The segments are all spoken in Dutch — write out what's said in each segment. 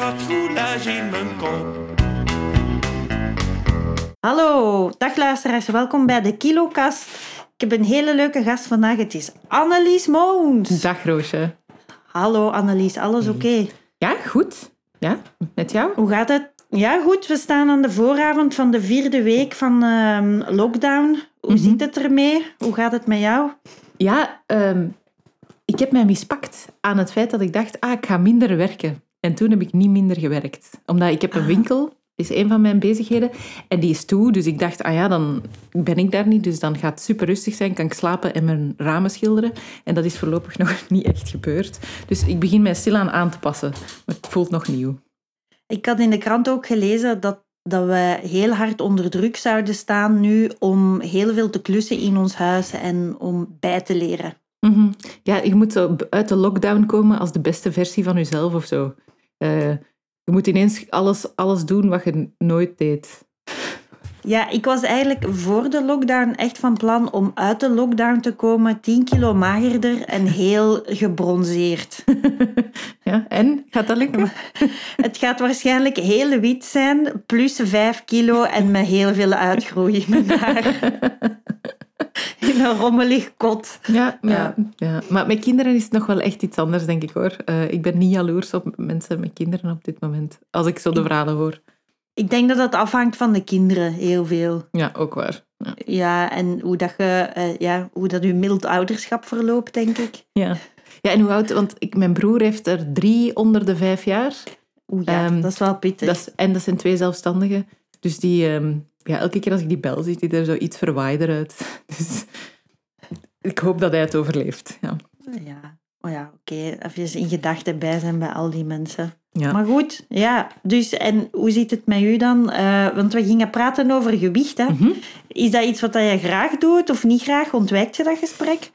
gaat soulager mijn kop. Hallo, dag luisteraars, welkom bij de Kilokast. Ik heb een hele leuke gast vandaag, het is Annelies Moons. Dag Roosje. Hallo Annelies, alles oké? Ja, goed. Ja, met jou? Hoe gaat het? Ja, goed, we staan aan de vooravond van de 4e week van lockdown. Hoe zit het ermee? Hoe gaat het met jou? Ja, ik heb mij mispakt aan het feit dat ik dacht, ik ga minder werken. En toen heb ik niet minder gewerkt. Omdat ik heb een winkel, is een van mijn bezigheden, en die is toe. Dus ik dacht, dan ben ik daar niet. Dus dan gaat het super rustig zijn, kan ik slapen en mijn ramen schilderen. En dat is voorlopig nog niet echt gebeurd. Dus ik begin mij stilaan aan te passen. Maar het voelt nog nieuw. Ik had in de krant ook gelezen dat we heel hard onder druk zouden staan nu om heel veel te klussen in ons huis en om bij te leren. Mm-hmm. Ja, je moet zo uit de lockdown komen als de beste versie van jezelf of zo. Je moet ineens alles doen wat je nooit deed. Ja, ik was eigenlijk voor de lockdown echt van plan om uit de lockdown te komen 10 kilo magerder en heel gebronzeerd. Ja, en? Gaat dat lukken? Het gaat waarschijnlijk heel wit zijn, plus 5 kilo en met heel veel uitgroei in mijn haar. In een rommelig kot. Ja. Maar met kinderen is het nog wel echt iets anders, denk ik, hoor. Ik ben niet jaloers op mensen met kinderen op dit moment, als ik zo de verhalen hoor. Ik denk dat het afhangt van de kinderen, heel veel. Ja, ook waar. Ja, en hoe dat uw mild ouderschap verloopt, denk ik. Ja, en hoe oud? Want mijn broer heeft er 3 onder de 5 jaar. Dat is wel pittig. En dat zijn 2 zelfstandigen. Dus die... elke keer als ik die bel, ziet hij er zo iets verwaaierder uit. Dus ik hoop dat hij het overleeft. Ja. Oké. Even in gedachten bij zijn bij al die mensen. Ja. Maar goed, ja. Dus, en hoe zit het met u dan? Want we gingen praten over gewicht, hè. Mm-hmm. Is dat iets wat je graag doet of niet graag? Ontwijkt je dat gesprek?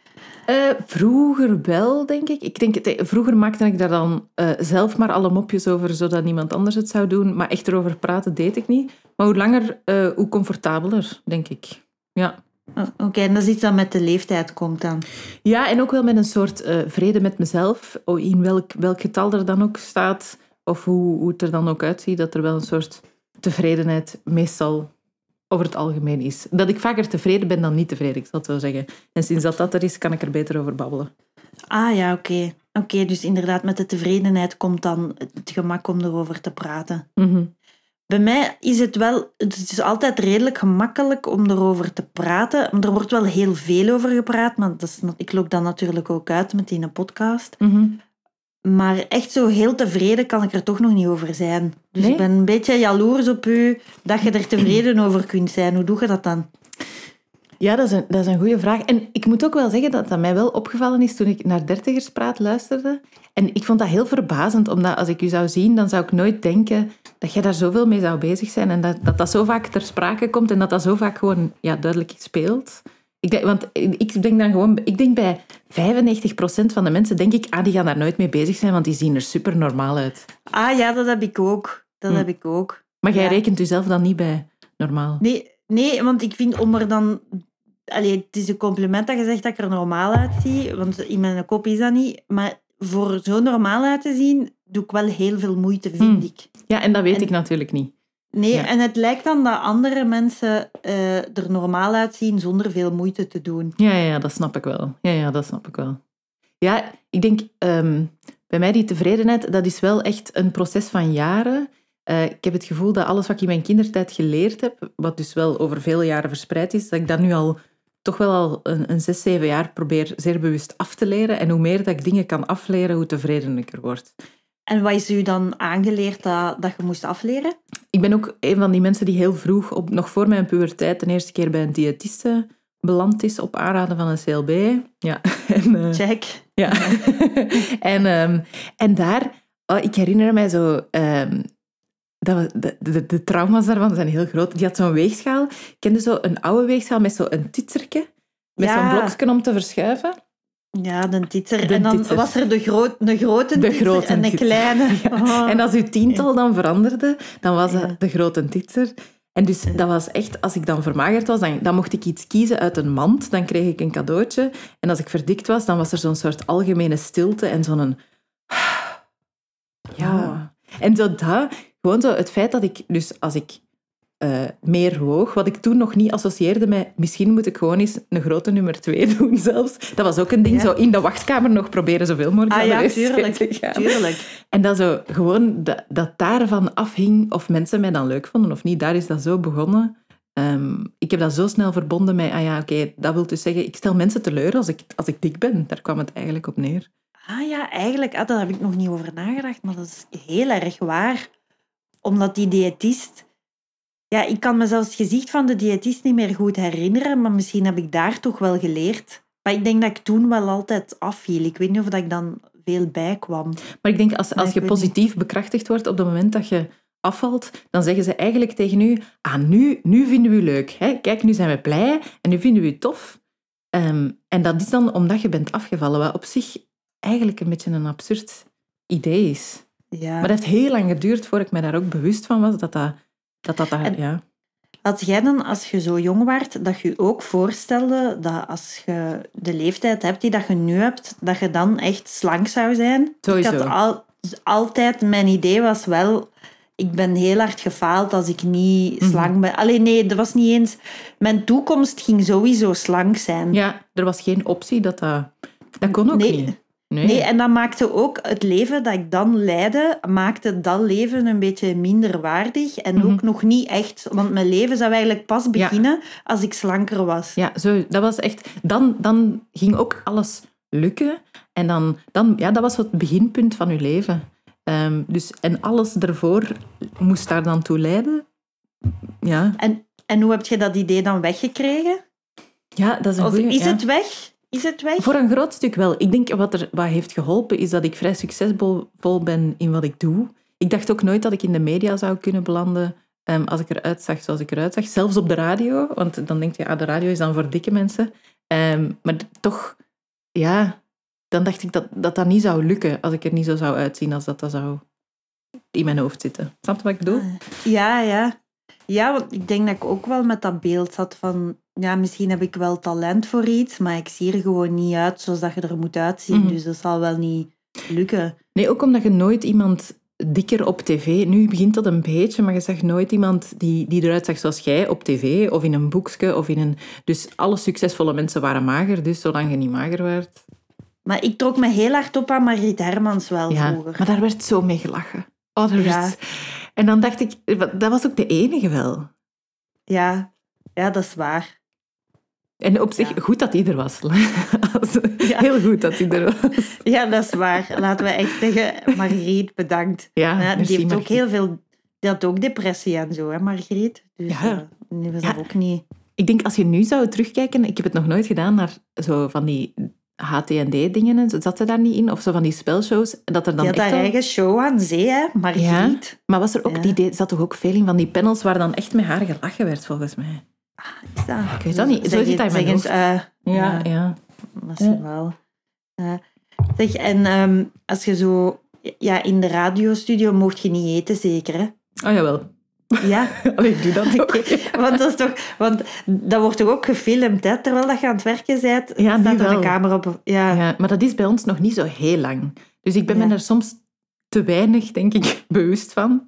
Vroeger wel, denk ik. Vroeger maakte ik daar dan zelf maar alle mopjes over, zodat niemand anders het zou doen. Maar echt erover praten deed ik niet. Maar hoe langer, hoe comfortabeler, denk ik. Ja. Oké, en dat is iets dat met de leeftijd komt dan? Ja, en ook wel met een soort vrede met mezelf. In welk getal er dan ook staat, of hoe het er dan ook uitziet, dat er wel een soort tevredenheid meestal over het algemeen is. Dat ik vaker tevreden ben dan niet tevreden, ik zal het zo zeggen. En sinds dat er is, kan ik er beter over babbelen. Ja, oké. Oké, dus inderdaad, met de tevredenheid komt dan het gemak om erover te praten. Mm-hmm. Bij mij is het is altijd redelijk gemakkelijk om erover te praten. Er wordt wel heel veel over gepraat, maar ik loop dan natuurlijk ook uit met die podcast. Mm-hmm. Maar echt zo heel tevreden kan ik er toch nog niet over zijn. Dus Nee? Ik ben een beetje jaloers op u dat je er tevreden over kunt zijn. Hoe doe je dat dan? Ja, dat is een goede vraag. En ik moet ook wel zeggen dat dat mij wel opgevallen is toen ik naar Dertigerspraat luisterde. En ik vond dat heel verbazend, omdat als ik u zou zien, dan zou ik nooit denken dat jij daar zoveel mee zou bezig zijn en dat zo vaak ter sprake komt en dat zo vaak gewoon duidelijk speelt. Ik denk bij 95% van de mensen, denk ik, die gaan daar nooit mee bezig zijn, want die zien er super normaal uit. Ja, dat heb ik ook. Heb ik ook. Maar jij rekent jezelf dan niet bij normaal? Nee, want ik vind om er dan... het is een compliment dat je zegt dat ik er normaal uitzie, want in mijn kop is dat niet. Maar voor zo normaal uit te zien, doe ik wel heel veel moeite, vind ik. Ja, en dat weet ik natuurlijk niet. Nee, Ja. En het lijkt dan dat andere mensen er normaal uitzien zonder veel moeite te doen. Ja, dat snap ik wel. Ja, dat snap ik wel. Ja, ik denk, bij mij die tevredenheid, dat is wel echt een proces van jaren. Ik heb het gevoel dat alles wat ik in mijn kindertijd geleerd heb, wat dus wel over vele jaren verspreid is, dat ik dat nu toch wel al een 6, 7 jaar probeer zeer bewust af te leren. En hoe meer dat ik dingen kan afleren, hoe tevredener ik er word. En wat is u dan aangeleerd dat je moest afleren? Ik ben ook een van die mensen die heel vroeg, nog voor mijn puberteit, de eerste keer bij een diëtiste beland is op aanraden van een CLB. Ja. Check. Ja. En daar, ik herinner mij zo... De trauma's daarvan zijn heel groot. Die had zo'n weegschaal. Ik kende zo een oude weegschaal met zo'n titserke. Met zo'n blokje om te verschuiven. Ja, de titser. En dan was er de grote titser en de kleine. Ja. Oh. En als uw tiental dan veranderde, dan was het de grote titser. En dus dat was echt, als ik dan vermagerd was, dan mocht ik iets kiezen uit een mand. Dan kreeg ik een cadeautje. En als ik verdikt was, dan was er zo'n soort algemene stilte en zo'n... Ja. En gewoon zo het feit dat ik, dus als ik meer woog, wat ik toen nog niet associeerde met, misschien moet ik gewoon eens een grote nummer 2 doen zelfs. Dat was ook een ding, zo in de wachtkamer nog proberen zoveel mogelijk naar de wc te gaan. Tuurlijk. En dat zo gewoon, dat daarvan afhing of mensen mij dan leuk vonden of niet, daar is dat zo begonnen. Ik heb dat zo snel verbonden met, oké, dat wil dus zeggen, ik stel mensen teleur als ik dik ben. Daar kwam het eigenlijk op neer. Eigenlijk, daar heb ik nog niet over nagedacht, maar dat is heel erg waar. Omdat die diëtist... Ja, ik kan me zelfs het gezicht van de diëtist niet meer goed herinneren, maar misschien heb ik daar toch wel geleerd. Maar ik denk dat ik toen wel altijd afviel. Ik weet niet of dat ik dan veel bijkwam. Maar ik denk, als je positief bekrachtigd wordt op het moment dat je afvalt, dan zeggen ze eigenlijk tegen u, nu vinden we u leuk. Hè? Kijk, nu zijn we blij en nu vinden we u tof. En dat is dan omdat je bent afgevallen, wat op zich eigenlijk een beetje een absurd idee is. Ja. Maar dat heeft heel lang geduurd voordat ik me daar ook bewust van was, dat ja. Had jij dan, als je zo jong werd, dat je je ook voorstelde dat als je de leeftijd hebt die dat je nu hebt, dat je dan echt slank zou zijn? Sowieso. Ik had altijd, mijn idee was wel, ik ben heel hard gefaald als ik niet slank ben. Allee, nee, dat was niet eens... Mijn toekomst ging sowieso slank zijn. Ja, er was geen optie dat kon ook niet. Nee, en dat maakte ook het leven dat ik dan leidde, maakte dat leven een beetje minder waardig. En ook nog niet echt... Want mijn leven zou eigenlijk pas beginnen als ik slanker was. Ja, zo, dat was echt... Dan ging ook alles lukken. En dat was het beginpunt van je leven. En alles ervoor moest daar dan toe leiden. Ja. En hoe heb je dat idee dan weggekregen? Ja, dat is een goeie... Is het weg? Is het weg? Voor een groot stuk wel. Ik denk wat heeft geholpen is dat ik vrij succesvol ben in wat ik doe. Ik dacht ook nooit dat ik in de media zou kunnen belanden als ik eruit zag zoals ik eruit zag. Zelfs op de radio, want dan denk je, de radio is dan voor dikke mensen. Maar toch, dan dacht ik dat niet zou lukken als ik er niet zo zou uitzien als dat zou in mijn hoofd zitten. Snap je wat ik bedoel? Ja, want ik denk dat ik ook wel met dat beeld zat van... Ja, misschien heb ik wel talent voor iets, maar ik zie er gewoon niet uit zoals dat je er moet uitzien. Dus dat zal wel niet lukken. Nee, ook omdat je nooit iemand dikker op tv... Nu begint dat een beetje, maar je zag nooit iemand die eruit zag zoals jij op tv, of in een boekje, of in een... Dus alle succesvolle mensen waren mager, dus zolang je niet mager werd... Maar ik trok me heel hard op aan Margriet Hermans wel vroeger. Maar daar werd zo mee gelachen. En dan dacht ik, dat was ook de enige wel. Ja, dat is waar. En op zich, goed dat hij er was. Heel goed dat hij er was. Ja, dat is waar. Laten we echt zeggen, Margriet, bedankt. Ja, die heeft ook heel veel... Die had ook depressie en zo, hè, Margriet? Dus die was dat ook niet... Ik denk, als je nu zou terugkijken... Ik heb het nog nooit gedaan naar zo van die HTND-dingen. En zat ze daar niet in? Of zo van die spelshows. Dat er dan die had haar eigen show aan zee, hè, Margriet. Ja, maar was er ook, zat toch ook veel in van die panels waar dan echt met haar gelachen werd, volgens mij. Is dat? Ik weet dat niet. Zo zit hij in mijn hoofd. Ja. Misschien wel. Zeg, en als je zo... Ja, in de radiostudio mocht je niet eten, zeker, hè? Oh, jawel. Ja. Allee, doe dat ook. Want dat is toch... Want dat wordt toch ook gefilmd, hè? Terwijl dat je aan het werken bent, staat er een camera op. Ja, maar dat is bij ons nog niet zo heel lang. Dus ik ben me daar soms te weinig, denk ik, bewust van.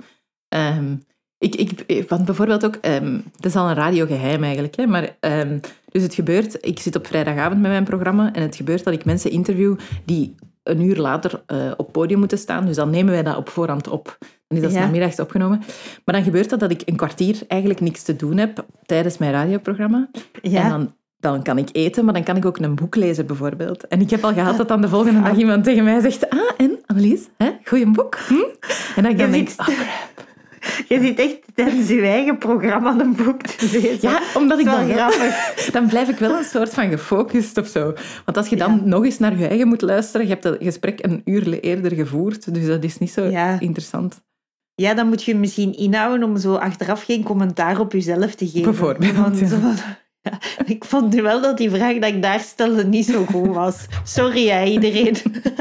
Want bijvoorbeeld ook... het is al een radiogeheim eigenlijk, hè, maar... dus het gebeurt... Ik zit op vrijdagavond met mijn programma en het gebeurt dat ik mensen interview die een uur later op podium moeten staan. Dus dan nemen wij dat op voorhand op. Dan is dat 's namiddags opgenomen. Maar dan gebeurt dat ik een kwartier eigenlijk niks te doen heb tijdens mijn radioprogramma. Ja. En dan kan ik eten, maar dan kan ik ook een boek lezen, bijvoorbeeld. En ik heb al gehad dat dan de volgende dag iemand tegen mij zegt... En, Annelies, goeie boek? En dan denk ik... Je zit echt tijdens je eigen programma een boek te lezen. Ja, omdat ik dan... grappig. Dan blijf ik wel een soort van gefocust of zo. Want als je dan nog eens naar je eigen moet luisteren, je hebt dat gesprek een uur eerder gevoerd, dus dat is niet zo interessant. Ja, dan moet je misschien inhouden om zo achteraf geen commentaar op jezelf te geven. Bijvoorbeeld, ik vond nu wel dat die vraag dat ik daar stelde niet zo goed was. Sorry, iedereen.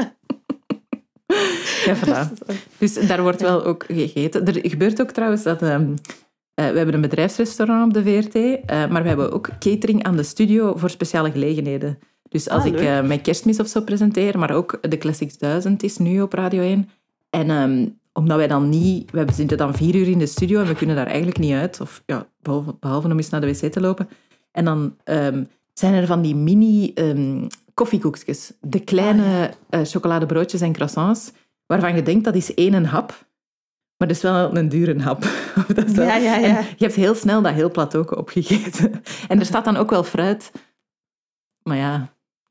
Ja, voilà. Dus daar wordt wel ook gegeten. Er gebeurt ook trouwens dat... we hebben een bedrijfsrestaurant op de VRT, maar we hebben ook catering aan de studio voor speciale gelegenheden. Dus als ik mijn kerstmis of zo presenteer, maar ook de Classics 1000 is nu op Radio 1. En omdat wij dan niet... We zitten dan 4 uur in de studio en we kunnen daar eigenlijk niet uit. Of ja, behalve om eens naar de wc te lopen. En dan zijn er van die mini koffiekoekjes. De kleine chocoladebroodjes en croissants, waarvan je denkt dat is 1 hap. Maar dat is wel een dure hap. Dat is wel... Ja. En je hebt heel snel dat heel plateau opgegeten. En er staat dan ook wel fruit. Maar ja.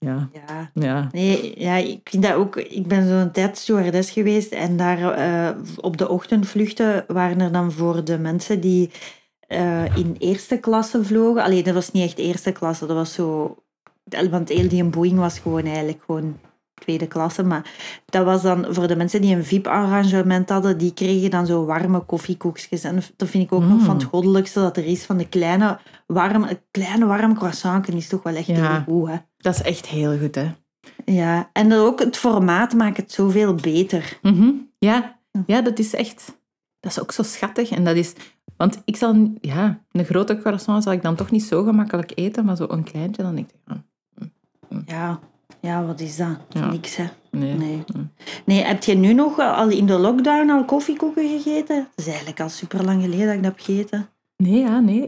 Nee, ja, ik vind dat ook... Ik ben zo'n tijd stewardess geweest en daar op de ochtendvluchten waren er dan voor de mensen die in eerste klasse vlogen. Allee, dat was niet echt eerste klasse, dat was zo... Want heel die Boeing was eigenlijk gewoon tweede klasse, maar dat was dan voor de mensen die een VIP-arrangement hadden, die kregen dan zo warme koffiekoekjes. En dat vind ik ook nog van het goddelijkste dat er is, van de kleine warme croissant, is toch wel echt heel goed, hè? Dat is echt heel goed, hè? Ja, en dan ook het formaat maakt het zoveel beter. Mm-hmm. Ja, dat is echt... Dat is ook zo schattig. En dat is... Want ik zal... een grote croissant zal ik dan toch niet zo gemakkelijk eten, maar zo een kleintje, dan denk ik... Ja, wat is dat? Ja. Niks, hè? Nee. Nee, heb je nu nog al in de lockdown al koffiekoeken gegeten? Dat is eigenlijk al super lang geleden dat ik dat heb gegeten. Nee.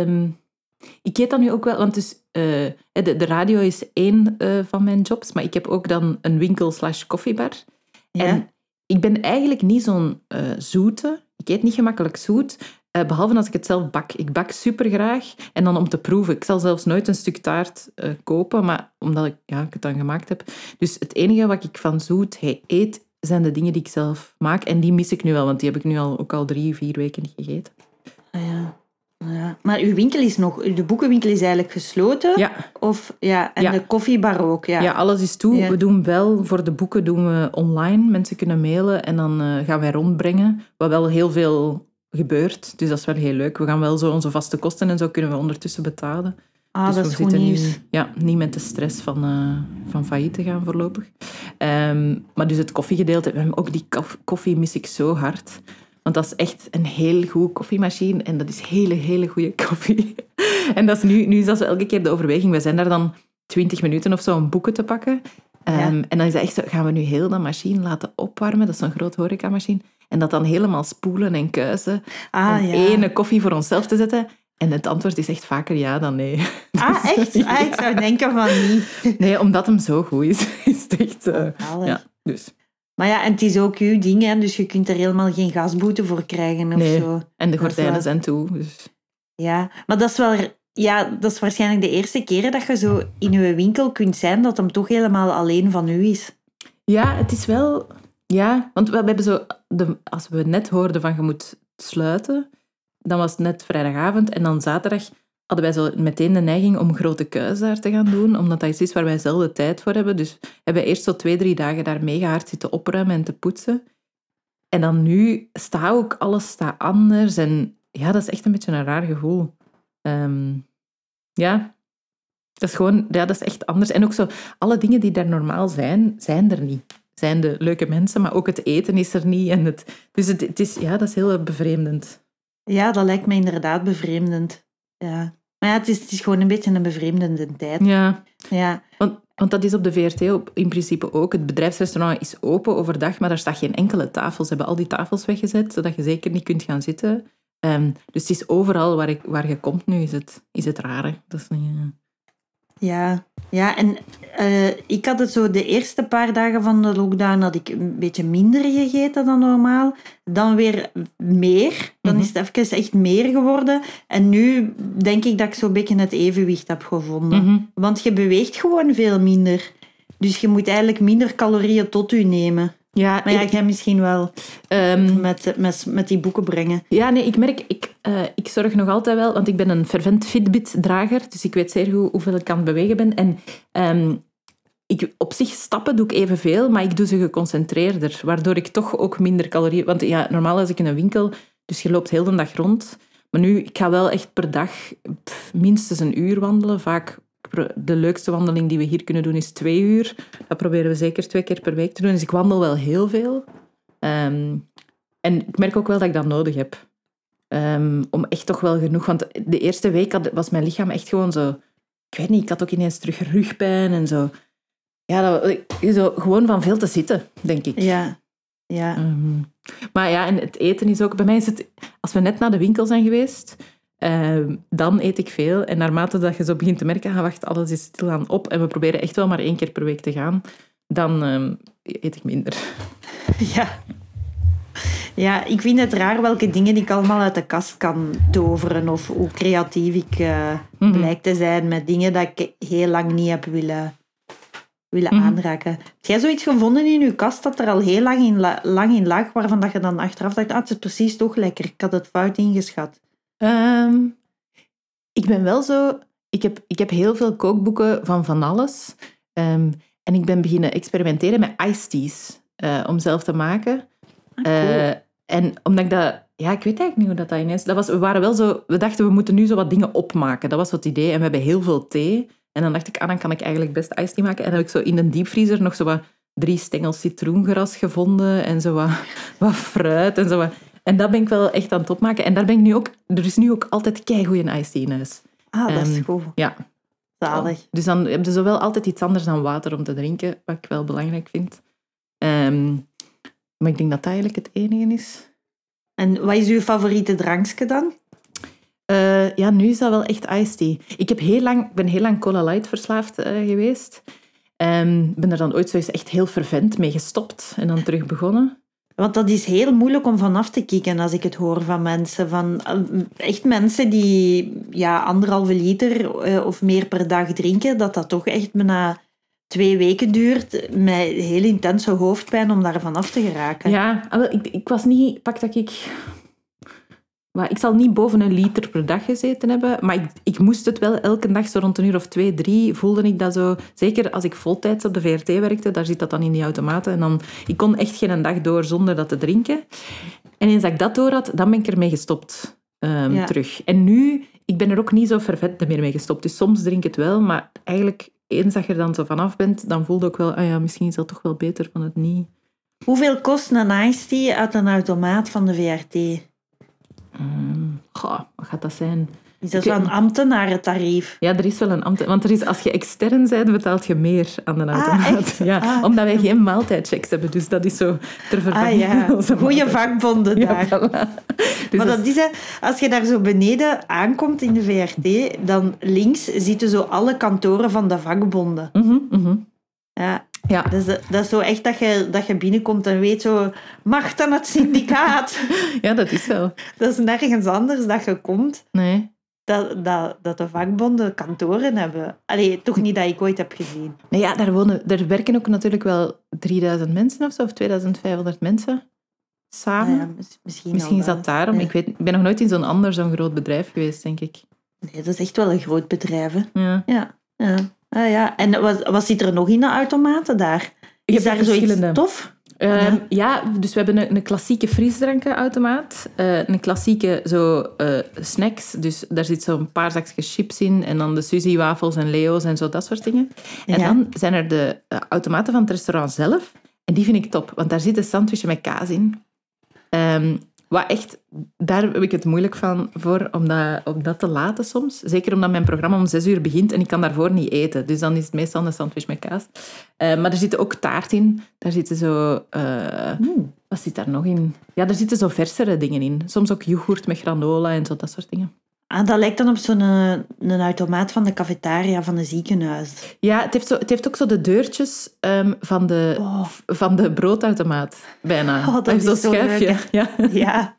Ik eet dat nu ook wel, want dus, de radio is 1 van mijn jobs, maar ik heb ook dan een winkel/koffiebar. Ja. En ik ben eigenlijk niet zo'n zoete. Ik eet niet gemakkelijk zoet, behalve als ik het zelf bak. Ik bak supergraag en dan om te proeven. Ik zal zelfs nooit een stuk taart kopen, maar omdat ik het dan gemaakt heb. Dus het enige wat ik van zoet eet, zijn de dingen die ik zelf maak. En die mis ik nu wel, want die heb ik nu ook al 3-4 weken niet gegeten. Ja. Maar uw winkel is nog... De boekenwinkel is eigenlijk gesloten? Ja. De koffiebar ook, ja. Ja, alles is toe. Ja. We doen wel, voor de boeken doen we online. Mensen kunnen mailen en dan gaan wij rondbrengen. Wat wel heel veel gebeurt. Dus dat is wel heel leuk. We gaan wel zo onze vaste kosten en zo kunnen we ondertussen betalen. Dus dat is goed nieuws. Niet met de stress van failliet te gaan voorlopig. Maar dus het koffiegedeelte, ook die koffie mis ik zo hard. Want dat is echt een heel goede koffiemachine en dat is hele, hele goede koffie. En dat is nu is dat zo elke keer de overweging. We zijn daar dan 20 minuten of zo om boeken te pakken. En dan is dat echt zo, gaan we nu heel dat machine laten opwarmen? Dat is zo'n groot horecamachine. En dat dan helemaal spoelen en kuisen. Om ene koffie voor onszelf te zetten. En het antwoord is echt vaker ja dan nee. Echt? Ik zou denken van niet. Nee, omdat hem zo goed is. Is het echt... dus... Maar ja, en het is ook uw ding, hè, dus je kunt er helemaal geen gasboete voor krijgen of zo. En de gordijnen zijn toe. Dus. Ja, maar dat is wel... Ja, dat is waarschijnlijk de eerste keer dat je zo in je winkel kunt zijn, dat hem toch helemaal alleen van u is. Ja, het is wel... Ja, want we hebben zo... Als we net hoorden van je moet sluiten, dan was het net vrijdagavond en dan zaterdag hadden wij zo meteen de neiging om grote kuis daar te gaan doen, omdat dat iets is waar wij zelden tijd voor hebben. Dus hebben we eerst zo 2-3 dagen daar mega hard zitten opruimen en te poetsen. En dan nu staat ook alles anders. En ja, dat is echt een beetje een raar gevoel. Dat is gewoon... Ja, dat is echt anders. En ook zo, alle dingen die daar normaal zijn, zijn er niet. Zijn de leuke mensen, maar ook het eten is er niet. En dus het is... Ja, dat is heel bevreemdend. Ja, dat lijkt me inderdaad bevreemdend. Ja. Maar ja, het is gewoon een beetje een bevreemdende tijd. Ja. Want dat is op de VRT in principe ook. Het bedrijfsrestaurant is open overdag, maar daar staat geen enkele tafel. Ze hebben al die tafels weggezet, zodat je zeker niet kunt gaan zitten. Dus het is overal waar je komt nu, is het rare. Dat is niet... Ja, en ik had het zo de eerste paar dagen van de lockdown had ik een beetje minder gegeten dan normaal. Dan weer meer. Dan is het even echt meer geworden. En nu denk ik dat ik zo'n beetje het evenwicht heb gevonden. Want je beweegt gewoon veel minder. Dus je moet eigenlijk minder calorieën tot u nemen. Ja, maar jij misschien wel met die boeken brengen. Ja, nee, ik merk... Ik zorg nog altijd wel, want ik ben een fervent Fitbit-drager, dus ik weet zeer goed hoeveel ik aan het bewegen ben. En op zich stappen doe ik evenveel, maar ik doe ze geconcentreerder, waardoor ik toch ook minder calorieën... Want ja, normaal als ik in een winkel, dus je loopt heel de dag rond. Maar nu, ik ga wel echt per dag minstens 1 uur wandelen. Vaak, de leukste wandeling die we hier kunnen doen is 2 uur. Dat proberen we zeker 2 keer per week te doen. Dus ik wandel wel heel veel. En ik merk ook wel dat ik dat nodig heb. Om echt toch wel genoeg... Want de eerste week was mijn lichaam echt gewoon zo... Ik weet niet, ik had ook ineens terug rugpijn en zo. Ja, zo, gewoon van veel te zitten, denk ik. Ja, Ja. Maar ja, en het eten is ook... Bij mij is het... Als we net naar de winkel zijn geweest, dan eet ik veel. En naarmate dat je zo begint te merken, wacht, alles is stilaan op. En we proberen echt wel maar 1 keer per week te gaan. Dan eet ik minder. Ja. Ja, ik vind het raar welke dingen ik allemaal uit de kast kan toveren. Of hoe creatief ik blijk te zijn met dingen dat ik heel lang niet heb willen aanraken. Heb jij zoiets gevonden in je kast dat er al heel lang in lag, waarvan dat je dan achteraf dacht, het is precies toch lekker. Ik had het fout ingeschat. Ik ben wel zo... Ik heb heel veel kookboeken van alles. En ik ben beginnen experimenteren met iced teas. Om zelf te maken. Cool. En omdat ik dat... Ja, ik weet eigenlijk niet hoe dat ineens... We waren wel zo... We dachten, we moeten nu zo wat dingen opmaken. Dat was het idee. En we hebben heel veel thee. En dan dacht ik, dan kan ik eigenlijk best iced tea maken. En dan heb ik zo in de diepvriezer nog zo wat 3 stengels citroengras gevonden. En zo wat fruit. En, zo wat. En dat ben ik wel echt aan het opmaken. En daar ben ik nu ook... Er is nu ook altijd keigoeie iced tea in huis. Dat is goed. Ja. Zalig. Dus dan heb je zowel altijd iets anders dan water om te drinken. Wat ik wel belangrijk vind. Maar ik denk dat dat eigenlijk het enige is. En wat is uw favoriete drankje dan? Ja, nu is dat wel echt iced tea. Ik ben heel lang Cola Light verslaafd geweest. Ben er dan ooit zo eens echt heel fervent mee gestopt en dan terug begonnen. Want dat is heel moeilijk om vanaf te kicken als ik het hoor van mensen. Echt mensen die 1,5 liter of meer per dag drinken, dat toch echt bijna 2 weken duurt met heel intense hoofdpijn om daar vanaf te geraken. Ja, ik was niet... Ik zal niet boven 1 liter per dag gezeten hebben, maar ik moest het wel elke dag, zo rond 1 uur of 2, 3, voelde ik dat zo. Zeker als ik voltijds op de VRT werkte, daar zit dat dan in die automaten. En dan, ik kon echt geen dag door zonder dat te drinken. En eens dat ik dat door had, dan ben ik ermee gestopt terug. En nu, ik ben er ook niet zo fervent meer mee gestopt. Dus soms drink ik het wel, maar eigenlijk, eens dat je er dan zo vanaf bent, dan voelde ik ook wel, misschien is dat toch wel beter van het niet. Hoeveel kost een iced tea uit een automaat van de VRT? Wat gaat dat zijn? Is dat zo'n ambtenarentarief? Ja, er is wel een ambtenaar. Want als je extern bent, betaalt je meer aan de automaat. Omdat wij geen maaltijdchecks hebben. Dus dat is zo ter vervanging van onze goeie vakbonden daar. Ja, voilà. Dus maar dat is, als je daar zo beneden aankomt in de VRT, dan links zitten zo alle kantoren van de vakbonden. Ja. Dat is zo echt dat je binnenkomt en weet zo, macht aan het syndicaat. Ja, dat is zo. Dat is nergens anders dat je komt. Nee. Dat de vakbonden kantoren hebben. Allee, toch niet dat ik ooit heb gezien. Nee, ja, daar werken ook natuurlijk wel 3000 mensen of zo, of 2500 mensen samen. Ja, misschien is dat daarom. Ja. Ik ben nog nooit in zo'n groot bedrijf geweest, denk ik. Nee, dat is echt wel een groot bedrijf. Hè? Ja. Ja. En wat zit er nog in de automaten daar? Is daar zoiets tof? Dus we hebben een klassieke frisdrankenautomaat. Een klassieke snacks. Dus daar zit zo'n paar zakjes chips in. En dan de Suzy-wafels en Leo's en zo, dat soort dingen. En dan zijn er de automaten van het restaurant zelf. En die vind ik top, want daar zit een sandwichje met kaas in. Wat echt, daar heb ik het moeilijk voor om dat te laten soms. Zeker omdat mijn programma om 6 uur begint en ik kan daarvoor niet eten. Dus dan is het meestal een sandwich met kaas. Maar er zit ook taart in. Daar zitten zo... Wat zit daar nog in? Ja, er zitten zo versere dingen in. Soms ook yoghurt met granola en zo, dat soort dingen. Dat lijkt dan op zo'n een automaat van de cafetaria van een ziekenhuis. Ja, het heeft ook zo de deurtjes van de broodautomaat, bijna. Dat is zo'n zo schuifje. leuk. Ja.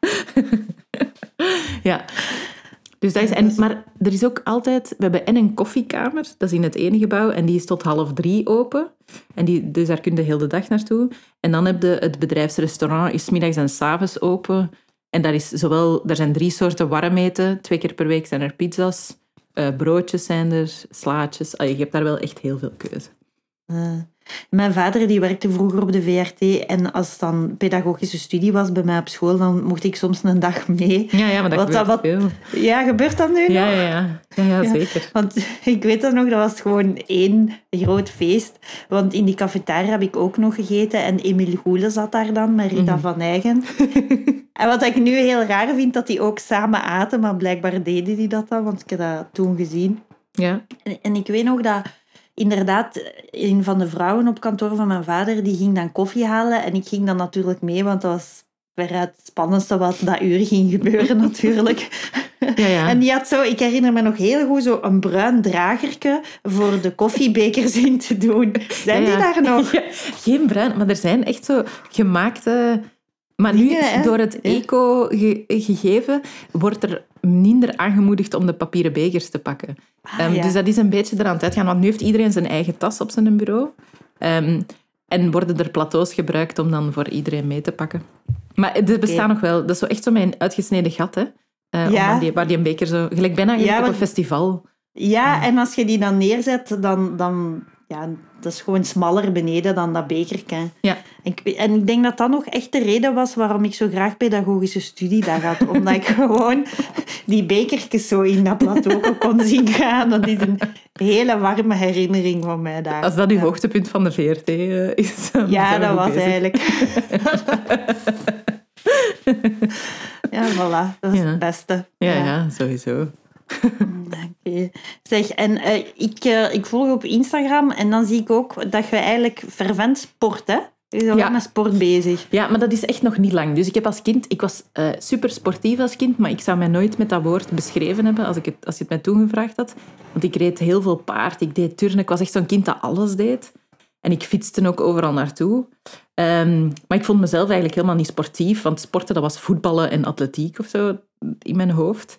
Ja. Dus dat is, maar er is ook altijd... We hebben een koffiekamer, dat is in het ene gebouw, en die is tot 2:30 open. Dus daar kun je de hele dag naartoe. En dan heb je het bedrijfsrestaurant, is 's middags en 's avonds open. En daar zijn 3 soorten warm eten. 2 keer per week zijn er pizza's. Broodjes zijn er, slaatjes. Je hebt daar wel echt heel veel keuze. Mijn vader die werkte vroeger op de VRT en als het dan pedagogische studie was bij mij op school, dan mocht ik soms een dag mee. Ja, maar dat gebeurt veel. Ja, gebeurt dat nu nog? Ja, zeker. Want ik weet dat nog, dat was gewoon 1 groot feest. Want in die cafetaria heb ik ook nog gegeten en Emile Goele zat daar dan met Rita van Eygen. En wat ik nu heel raar vind, dat die ook samen aten, maar blijkbaar deden die dat dan, want ik heb dat toen gezien. Ja. En ik weet nog dat inderdaad, een van de vrouwen op kantoor van mijn vader, die ging dan koffie halen. En ik ging dan natuurlijk mee, want dat was veruit het spannendste wat dat uur ging gebeuren natuurlijk. Ja. En die had zo, ik herinner me nog heel goed, zo een bruin dragerke voor de koffiebekers in te doen. Zijn die daar nog? Ja, geen bruin, maar er zijn echt zo gemaakte... Maar nu, Dingen, door het eco-gegeven, wordt er minder aangemoedigd om de papieren bekers te pakken. Ja. Dus dat is een beetje eraan het uitgaan, want nu heeft iedereen zijn eigen tas op zijn bureau. En worden er plateaus gebruikt om dan voor iedereen mee te pakken. Maar er bestaan nog wel. Dat is zo echt zo mijn uitgesneden gat, hè. Waar die een beker zo... Gelijk bijna op een festival. Ja, en als je die dan neerzet, dan dat is gewoon smaller beneden dan dat bekerke. Ja. En ik denk dat dat nog echt de reden was waarom ik zo graag pedagogische studie daar had. Omdat ik gewoon die bekertjes zo in dat plateau kon zien gaan. Dat is een hele warme herinnering van mij daar. Als dat uw hoogtepunt van de VRT is... Ja, dat was eigenlijk... Ja, voilà. Dat is het beste. Ja, sowieso. Okay. Zeg, en ik volg op Instagram en dan zie ik ook dat je eigenlijk fervent sport, hè? Je bent ook met sport bezig. Ja, maar dat is echt nog niet lang. Dus ik heb als kind... Ik was super sportief als kind, maar ik zou mij nooit met dat woord beschreven hebben als je het mij toen gevraagd had. Want ik reed heel veel paard, ik deed turnen. Ik was echt zo'n kind dat alles deed. En ik fietste ook overal naartoe. Maar ik vond mezelf eigenlijk helemaal niet sportief, want sporten, dat was voetballen en atletiek of zo in mijn hoofd.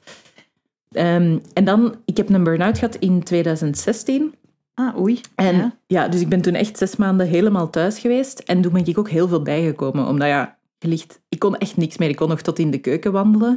En dan, ik heb een burn-out gehad in 2016. Oei. En dus ik ben toen echt 6 maanden helemaal thuis geweest. En toen ben ik ook heel veel bijgekomen. Omdat ik kon echt niks meer. Ik kon nog tot in de keuken wandelen.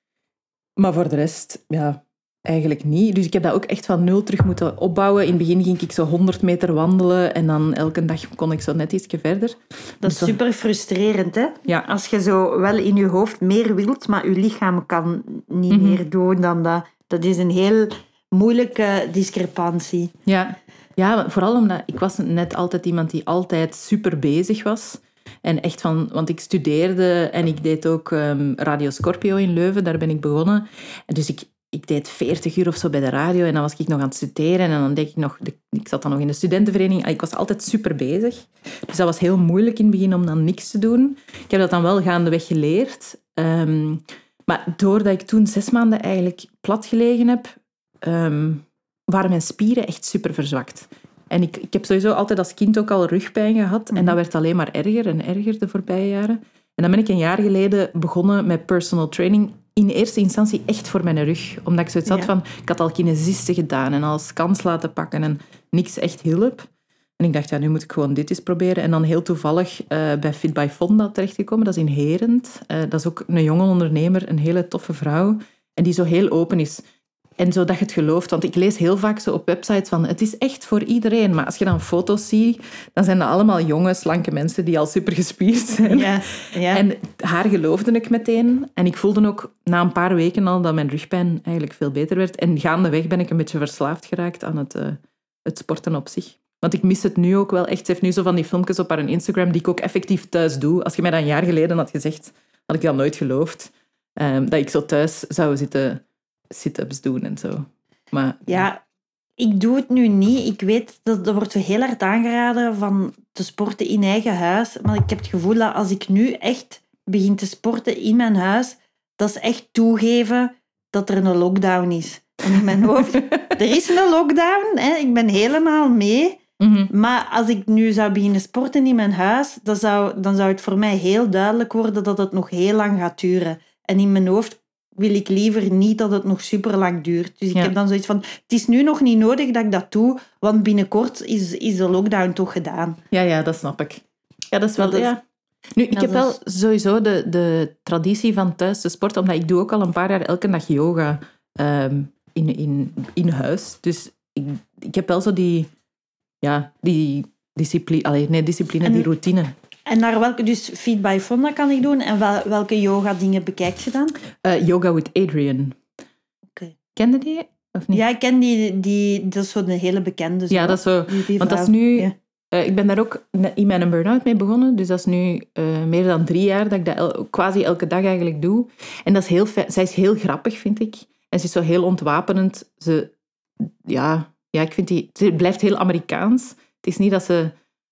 Maar voor de rest, eigenlijk niet. Dus ik heb dat ook echt van 0 terug moeten opbouwen. In het begin ging ik zo 100 meter wandelen. En dan elke dag kon ik zo net ietsje verder. Dat is super frustrerend, hè? Ja. Als je zo wel in je hoofd meer wilt, maar je lichaam kan niet meer doen dan dat. Dat is een heel moeilijke discrepantie. Ja, vooral omdat ik was net altijd iemand die altijd super bezig was. En echt want ik studeerde en ik deed ook Radio Scorpio in Leuven. Daar ben ik begonnen. En dus ik deed 40 uur of zo bij de radio en dan was ik nog aan het studeren en dan deed ik nog... Ik zat dan nog in de studentenvereniging. Ik was altijd super bezig. Dus dat was heel moeilijk in het begin om dan niks te doen. Ik heb dat dan wel gaandeweg geleerd. Maar doordat ik toen 6 maanden eigenlijk plat gelegen heb, waren mijn spieren echt super verzwakt. En ik heb sowieso altijd als kind ook al rugpijn gehad. En dat werd alleen maar erger en erger de voorbije jaren. En dan ben ik een jaar geleden begonnen met personal training. In eerste instantie echt voor mijn rug. Omdat ik zoiets had van... Ik had al kinesisten gedaan en al scans laten pakken en niks echt hielp. En ik dacht, nu moet ik gewoon dit eens proberen. En dan heel toevallig bij Fit by Fonda terechtgekomen. Dat is in Herent. Dat is ook een jonge ondernemer, een hele toffe vrouw. En die zo heel open is. En zodat je het gelooft. Want ik lees heel vaak zo op websites van... Het is echt voor iedereen. Maar als je dan foto's ziet... Dan zijn dat allemaal jonge, slanke mensen die al super gespierd zijn. Ja. En haar geloofde ik meteen. En ik voelde ook na een paar weken al dat mijn rugpijn eigenlijk veel beter werd. En gaandeweg ben ik een beetje verslaafd geraakt aan het sporten op zich. Want ik mis het nu ook wel echt. Ze heeft nu zo van die filmpjes op haar Instagram die ik ook effectief thuis doe. Als je mij dat een jaar geleden had gezegd, had ik dat nooit geloofd. Dat ik zo thuis zou zitten sit-ups doen en zo. Maar, ja, ik doe het nu niet. Ik weet, dat wordt zo heel hard aangeraden van te sporten in eigen huis. Maar ik heb het gevoel dat als ik nu echt begin te sporten in mijn huis, dat is echt toegeven dat er een lockdown is. En in mijn hoofd, er is een lockdown, hè, ik ben helemaal mee. Maar als ik nu zou beginnen sporten in mijn huis, dan zou het voor mij heel duidelijk worden dat het nog heel lang gaat duren. En in mijn hoofd wil ik liever niet dat het nog super lang duurt. Dus ik heb dan zoiets van, het is nu nog niet nodig dat ik dat doe, want binnenkort is de lockdown toch gedaan. Ja, dat snap ik. Ja, dat is wel... Nu, ik heb wel sowieso de traditie van thuis te sporten, omdat ik doe ook al een paar jaar elke dag yoga in huis. Dus ik heb wel zo die discipline, die routine. En naar welke, dus Fit by Fonda kan ik doen. En welke yoga-dingen bekijk je dan? Yoga with Adriene. Okay. Kende die? Of niet? Ja, ik ken die. Dat is zo'n hele bekende. Zo. Ja, dat is zo. Want dat is nu... Ja. Ik ben daar ook in mijn burn-out mee begonnen. Dus dat is nu meer dan 3 jaar dat ik dat quasi elke dag eigenlijk doe. En dat is heel zij is heel grappig, vind ik. En ze is zo heel ontwapenend. Ja, ik vind het blijft heel Amerikaans. Het is niet dat ze...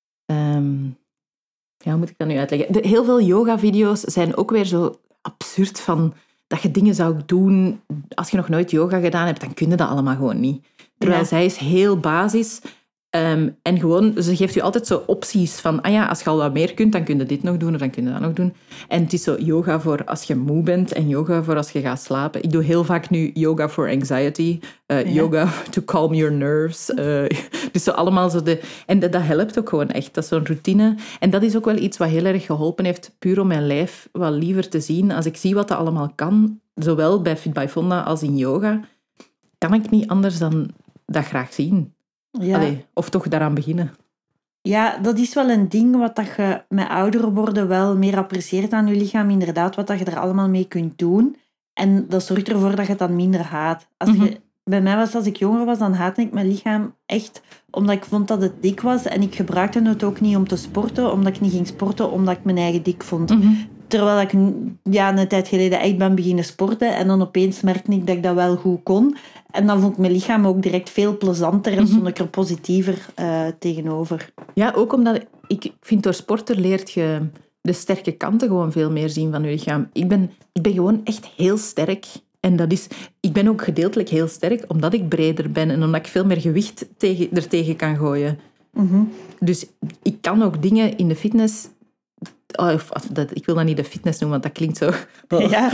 hoe moet ik dat nu uitleggen? Heel veel yoga-video's zijn ook weer zo absurd van dat je dingen zou doen. Als je nog nooit yoga gedaan hebt, dan kun je dat allemaal gewoon niet. Terwijl zij is heel basis. En gewoon, ze geeft je altijd zo opties van, als je al wat meer kunt, dan kun je dit nog doen of dan kun je dat nog doen. En het is zo yoga voor als je moe bent en yoga voor als je gaat slapen. Ik doe heel vaak nu yoga for anxiety, yoga to calm your nerves. Dus zo allemaal zo En dat helpt ook gewoon echt, dat is zo'n routine. En dat is ook wel iets wat heel erg geholpen heeft, puur om mijn lijf wat liever te zien. Als ik zie wat dat allemaal kan, zowel bij Fit by Fonda als in yoga, kan ik niet anders dan dat graag zien. Ja. Allee, of toch daaraan beginnen. Ja, dat is wel een ding wat dat je met ouder worden wel meer apprecieert aan je lichaam. Inderdaad, wat dat je er allemaal mee kunt doen. En dat zorgt ervoor dat je het dan minder haat. Bij mij was als ik jonger was, dan haatte ik mijn lichaam echt omdat ik vond dat het dik was. En ik gebruikte het ook niet om te sporten, omdat ik niet ging sporten, omdat ik mijn eigen dik vond. Terwijl ik een tijd geleden echt ben beginnen sporten en dan opeens merkte ik dat ik dat wel goed kon. En dan vond ik mijn lichaam ook direct veel plezanter en stond ik er positiever tegenover. Ja, ook omdat ik vind door sporten leert je de sterke kanten gewoon veel meer zien van je lichaam. Ik ben gewoon echt heel sterk. En ik ben ook gedeeltelijk heel sterk omdat ik breder ben en omdat ik veel meer gewicht ertegen kan gooien. Dus ik kan ook dingen in de fitness... ik wil dat niet de fitness noemen, want dat klinkt zo... Ja.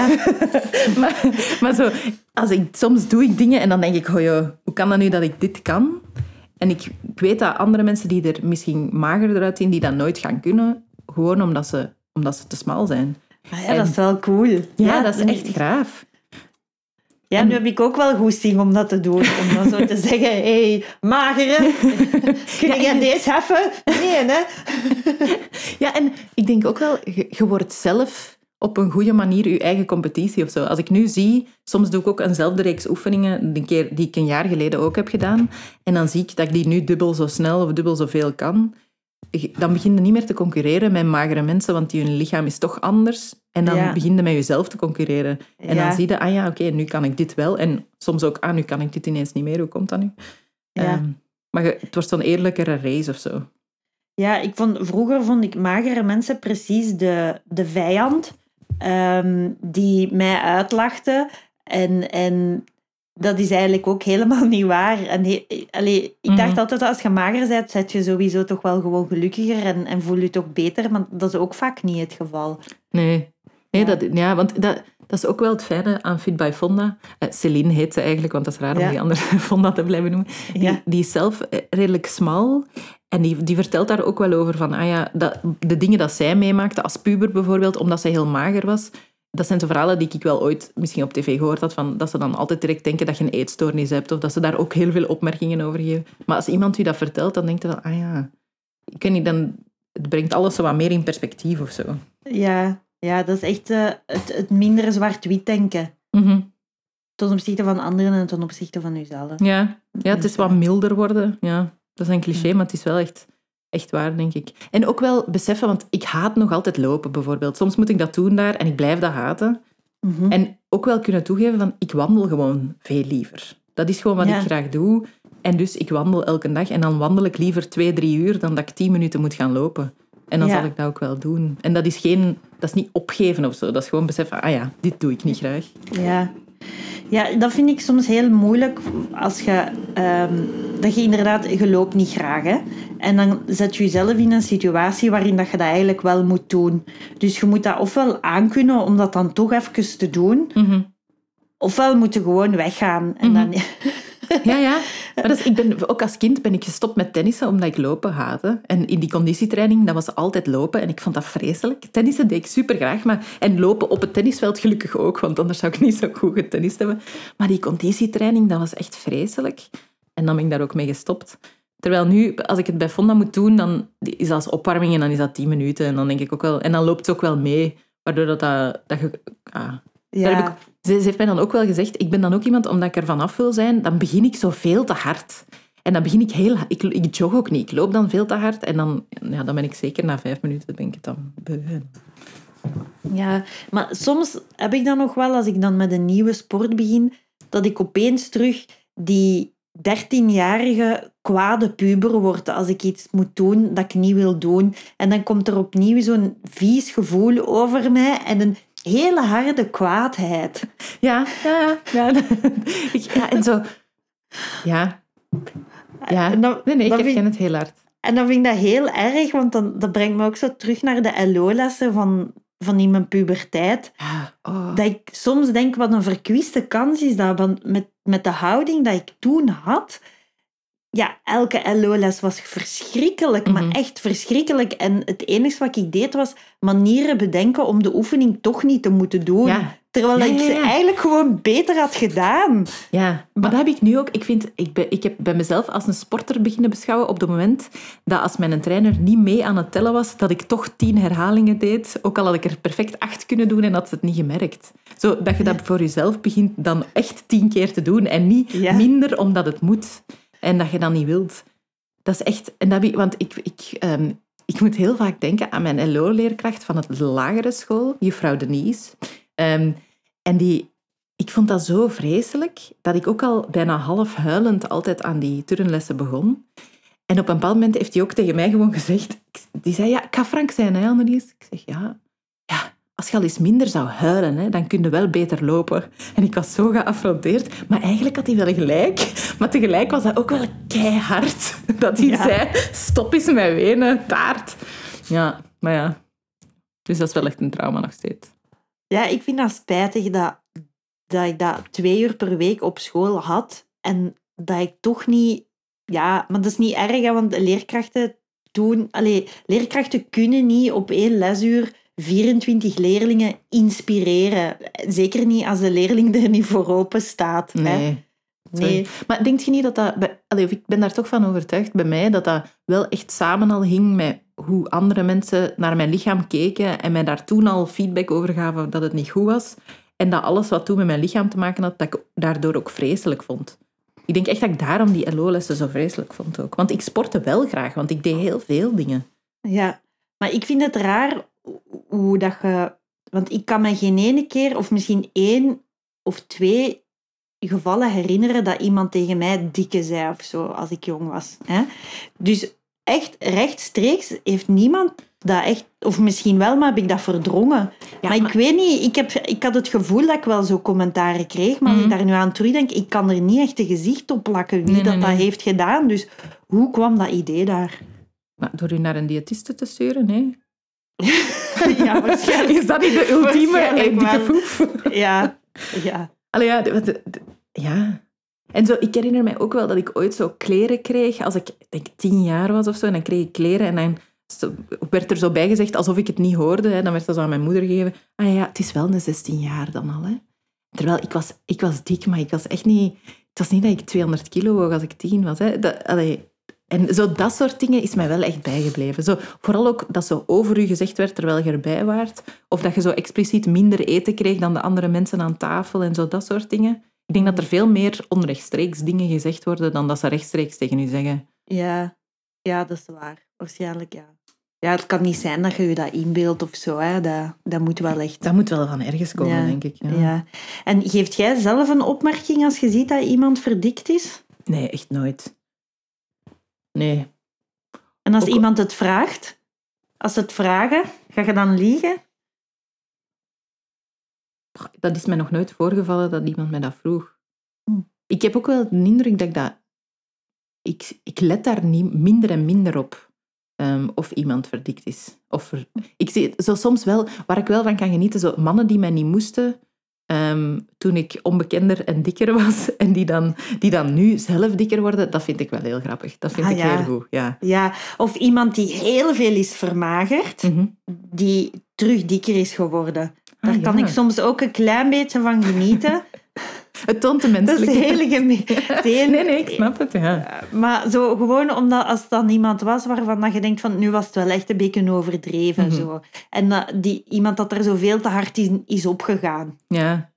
maar zo, soms doe ik dingen en dan denk ik, hoe kan dat nu dat ik dit kan? En ik weet dat andere mensen die er misschien magerder uitzien, die dat nooit gaan kunnen, gewoon omdat ze te smal zijn. Dat is wel cool. Ja, dat is echt graaf. Ja, nu heb ik ook wel goesting om dat te doen. Om dan zo te zeggen, hey, magere, kun jij deze heffen? Nee, hè? Ja, en ik denk ook wel, je wordt zelf op een goede manier je eigen competitie of zo. Als ik nu zie, soms doe ik ook eenzelfde reeks oefeningen, die ik een jaar geleden ook heb gedaan. En dan zie ik dat ik die nu dubbel zo snel of dubbel zoveel kan. Dan begin je niet meer te concurreren met magere mensen, want hun lichaam is toch anders. En dan begin je met jezelf te concurreren. En dan zie je, oké, nu kan ik dit wel. En soms ook, nu kan ik dit ineens niet meer. Hoe komt dat nu? Ja. Maar het wordt zo'n eerlijkere race of zo. Ja, vroeger vond ik magere mensen precies de vijand die mij uitlachte. En dat is eigenlijk ook helemaal niet waar. En ik dacht altijd, als je mager bent, zet je sowieso toch wel gewoon gelukkiger en voel je toch beter. Maar dat is ook vaak niet het geval. Nee, want dat is ook wel het fijne aan Fit by Fonda. Celine heet ze eigenlijk, want dat is raar om die andere Fonda te blijven noemen. Die is zelf redelijk smal. En die vertelt daar ook wel over van, de dingen dat zij meemaakte als puber bijvoorbeeld, omdat zij heel mager was. Dat zijn zo verhalen die ik wel ooit misschien op tv gehoord had, van dat ze dan altijd direct denken dat je een eetstoornis hebt, of dat ze daar ook heel veel opmerkingen over geven. Maar als iemand u dat vertelt, dan denkt je van, ik weet niet, dan het brengt alles zo wat meer in perspectief of zo. Ja, dat is echt het minder zwart-wit denken. Ten opzichte van anderen en ten opzichte van jezelf. Ja, het is wat milder worden. Ja, dat is een cliché, maar het is wel echt waar, denk ik. En ook wel beseffen, want ik haat nog altijd lopen, bijvoorbeeld. Soms moet ik dat doen daar en ik blijf dat haten. En ook wel kunnen toegeven van, ik wandel gewoon veel liever. Dat is gewoon wat ik graag doe. En dus ik wandel elke dag en dan wandel ik liever 2-3 uur dan dat ik 10 minuten moet gaan lopen. En dan zal ik dat ook wel doen. En dat is niet opgeven of zo. Dat is gewoon beseffen, dit doe ik niet graag. Ja, dat vind ik soms heel moeilijk als dat je inderdaad, je loopt niet graag, hè. En dan zet je jezelf in een situatie waarin dat je dat eigenlijk wel moet doen. Dus je moet dat ofwel aankunnen om dat dan toch even te doen, ofwel moet je gewoon weggaan. En dan... Ja. Maar ook als kind ben ik gestopt met tennissen omdat ik lopen haatte. En in die conditietraining, dat was altijd lopen. En ik vond dat vreselijk. Tennissen deed ik supergraag. En lopen op het tennisveld gelukkig ook, want anders zou ik niet zo goed getennist hebben. Maar die conditietraining, dat was echt vreselijk. En dan ben ik daar ook mee gestopt. Terwijl nu, als ik het bij Fonda moet doen, dan is dat als opwarming en dan is dat 10 minuten. En dan denk ik ook wel... En dan loopt het ook wel mee, waardoor dat je... Ze heeft mij dan ook wel gezegd, ik ben dan ook iemand, omdat ik ervan af wil zijn, dan begin ik zo veel te hard. En dan begin ik ik jog ook niet. Ik loop dan veel te hard en dan ben ik zeker na 5 minuten ben ik het dan beu. Ja, maar soms heb ik dan nog wel, als ik dan met een nieuwe sport begin, dat ik opeens terug die 13-jarige kwade puber word als ik iets moet doen dat ik niet wil doen. En dan komt er opnieuw zo'n vies gevoel over mij en een hele harde kwaadheid. Ja. En zo... Ja. En dan- Nee, ik dan herken vind- het heel hard. En dan vind ik dat heel erg, want dat brengt me ook zo terug naar de LO-lessen van in mijn puberteit. Ja. Oh. Dat ik soms denk, wat een verkwiste kans is dat, want met de houding dat ik toen had, ja, elke LO-les was verschrikkelijk, maar echt verschrikkelijk. En het enige wat ik deed was manieren bedenken om de oefening toch niet te moeten doen. Ja. Terwijl ik ze eigenlijk gewoon beter had gedaan. Ja, maar dat heb ik nu ook. Ik heb bij mezelf als een sporter beginnen beschouwen op het moment dat als mijn trainer niet mee aan het tellen was, dat ik toch 10 herhalingen deed, ook al had ik er perfect 8 kunnen doen en had ze het niet gemerkt. Zo dat je dat voor jezelf begint dan echt 10 keer te doen en niet minder omdat het moet en dat je dat niet wilt. Dat is echt... Want ik moet heel vaak denken aan mijn LO-leerkracht van het lagere school, juffrouw Denise. En ik vond dat zo vreselijk, dat ik ook al bijna half huilend altijd aan die turnlessen begon. En op een bepaald moment heeft hij ook tegen mij gewoon gezegd... Die zei, ja, ik ga frank zijn, hè, Annelies? Ik zeg, ja, als je al eens minder zou huilen, hè, dan kun je wel beter lopen. En ik was zo geaffronteerd. Maar eigenlijk had hij wel gelijk. Maar tegelijk was dat ook wel keihard. Dat hij zei, stop eens met wenen, taart. Ja, maar ja. Dus dat is wel echt een trauma nog steeds. Ja, ik vind dat spijtig dat ik dat 2 uur per week op school had en dat ik toch niet... Ja, maar dat is niet erg, hè, want leerkrachten kunnen niet op 1 lesuur 24 leerlingen inspireren. Zeker niet als de leerling er niet voor open staat. Nee. Nee. Maar denk je niet dat ik ben daar toch van overtuigd bij mij, dat dat wel echt samen al hing met hoe andere mensen naar mijn lichaam keken en mij daar toen al feedback over gaven dat het niet goed was. En dat alles wat toen met mijn lichaam te maken had, dat ik daardoor ook vreselijk vond. Ik denk echt dat ik daarom die LO-lessen zo vreselijk vond ook. Want ik sportte wel graag, want ik deed heel veel dingen. Ja, maar ik vind het raar hoe dat je... Want ik kan me geen ene keer, of misschien 1 of 2 gevallen herinneren dat iemand tegen mij dikke zei of zo, als ik jong was. Hè? Dus echt rechtstreeks heeft niemand dat echt... Of misschien wel, maar heb ik dat verdrongen. Ja, maar ik weet niet, ik had het gevoel dat ik wel zo commentaren kreeg, maar als ik daar nu aan terugdenk, ik kan er niet echt een gezicht op plakken wie dat heeft gedaan. Dus hoe kwam dat idee daar? Maar door u naar een diëtiste te sturen, hè? Ja, waarschijnlijk. Is dat niet de ultieme dikke foef? Ja. Allee, ja. En zo, ik herinner mij ook wel dat ik ooit zo kleren kreeg als ik denk 10 jaar was of zo. En dan kreeg ik kleren en dan werd er zo bij gezegd alsof ik het niet hoorde. Hè. Dan werd dat zo aan mijn moeder gegeven. Ah ja, het is wel een 16 jaar dan al. Hè. Terwijl ik was dik, maar ik was echt niet... Het was niet dat ik 200 kilo woog als ik 10 was. Hè. En zo dat soort dingen is mij wel echt bijgebleven. Zo, vooral ook dat zo over u gezegd werd terwijl je erbij waart. Of dat je zo expliciet minder eten kreeg dan de andere mensen aan tafel en zo dat soort dingen. Ik denk dat er veel meer onrechtstreeks dingen gezegd worden dan dat ze rechtstreeks tegen u zeggen. Ja, dat is waar. Waarschijnlijk, ja. Ja, het kan niet zijn dat je je dat inbeeldt of zo. Hè. Dat moet wel echt... Dat moet wel van ergens komen, denk ik. Ja. En geeft jij zelf een opmerking als je ziet dat iemand verdikt is? Nee, echt nooit. Nee. En als iemand het vraagt? Als ze het vragen, ga je dan liegen? Dat is mij nog nooit voorgevallen dat iemand mij dat vroeg. Ik heb ook wel de indruk dat ik dat... Ik let daar minder en minder op of iemand verdikt is. Ik zie zo soms wel, waar ik wel van kan genieten, zo mannen die mij niet moesten toen ik onbekender en dikker was en die dan nu zelf dikker worden, dat vind ik wel heel grappig. Dat vind ik heel goed. Ja, of iemand die heel veel is vermagerd, die terug dikker is geworden. Daar kan ik soms ook een klein beetje van genieten. Het toont de menselijkheid. Dat is heel gemeen. Nee, ik snap het, ja. Maar zo gewoon omdat als het dan iemand was waarvan dat je denkt van nu was het wel echt een beetje overdreven. Zo. En iemand dat er zo veel te hard is opgegaan. Ja,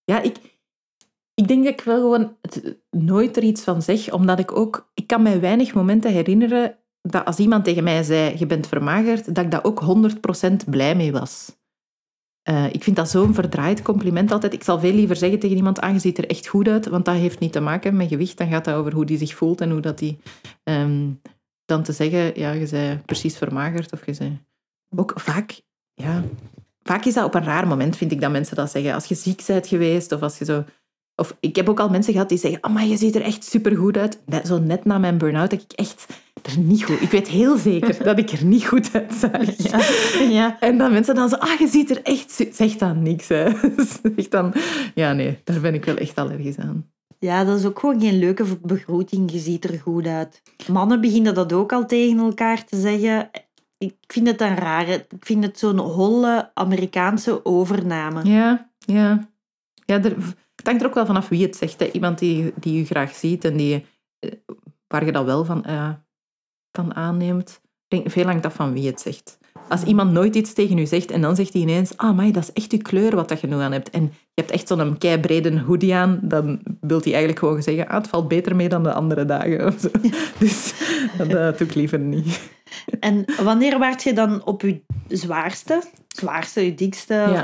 ik denk dat ik wel gewoon nooit er iets van zeg, omdat ik kan mij weinig momenten herinneren dat als iemand tegen mij zei, je bent vermagerd, dat ik daar ook 100% blij mee was. Ik vind dat zo'n verdraaid compliment altijd. Ik zal veel liever zeggen tegen iemand, je ziet er echt goed uit, want dat heeft niet te maken met gewicht. Dan gaat dat over hoe die zich voelt en hoe dat die... dan te zeggen, ja, je bent precies vermagerd. Of je bent... Ook vaak... Ja, vaak is dat op een raar moment, vind ik, dat mensen dat zeggen. Als je ziek bent geweest, of als je zo... Of ik heb ook al mensen gehad die zeggen, maar je ziet er echt supergoed uit. Zo net na mijn burn-out dat ik echt er niet goed... Ik weet heel zeker dat ik er niet goed uitzag. Ja. En dan mensen dan zo, je ziet er echt... Zeg dan niks, hè. Zeg dan... Ja, nee, daar ben ik wel echt allergisch aan. Ja, dat is ook gewoon geen leuke begroeting. Je ziet er goed uit. Mannen beginnen dat ook al tegen elkaar te zeggen. Ik vind het een rare... Ik vind het zo'n holle Amerikaanse overname. Ja. Het hangt er ook wel vanaf wie het zegt. Hè. Iemand die je graag ziet en waar je dat wel van aanneemt. Ik denk, veel hangt af van wie het zegt. Als iemand nooit iets tegen u zegt en dan zegt hij ineens, maar dat is echt je kleur wat dat je nu aan hebt. En je hebt echt zo'n keibrede hoodie aan, dan wil hij eigenlijk gewoon zeggen, het valt beter mee dan de andere dagen. Of zo. Dus dat doe ik liever niet. En wanneer werd je dan op je zwaarste, je dikste? Ja.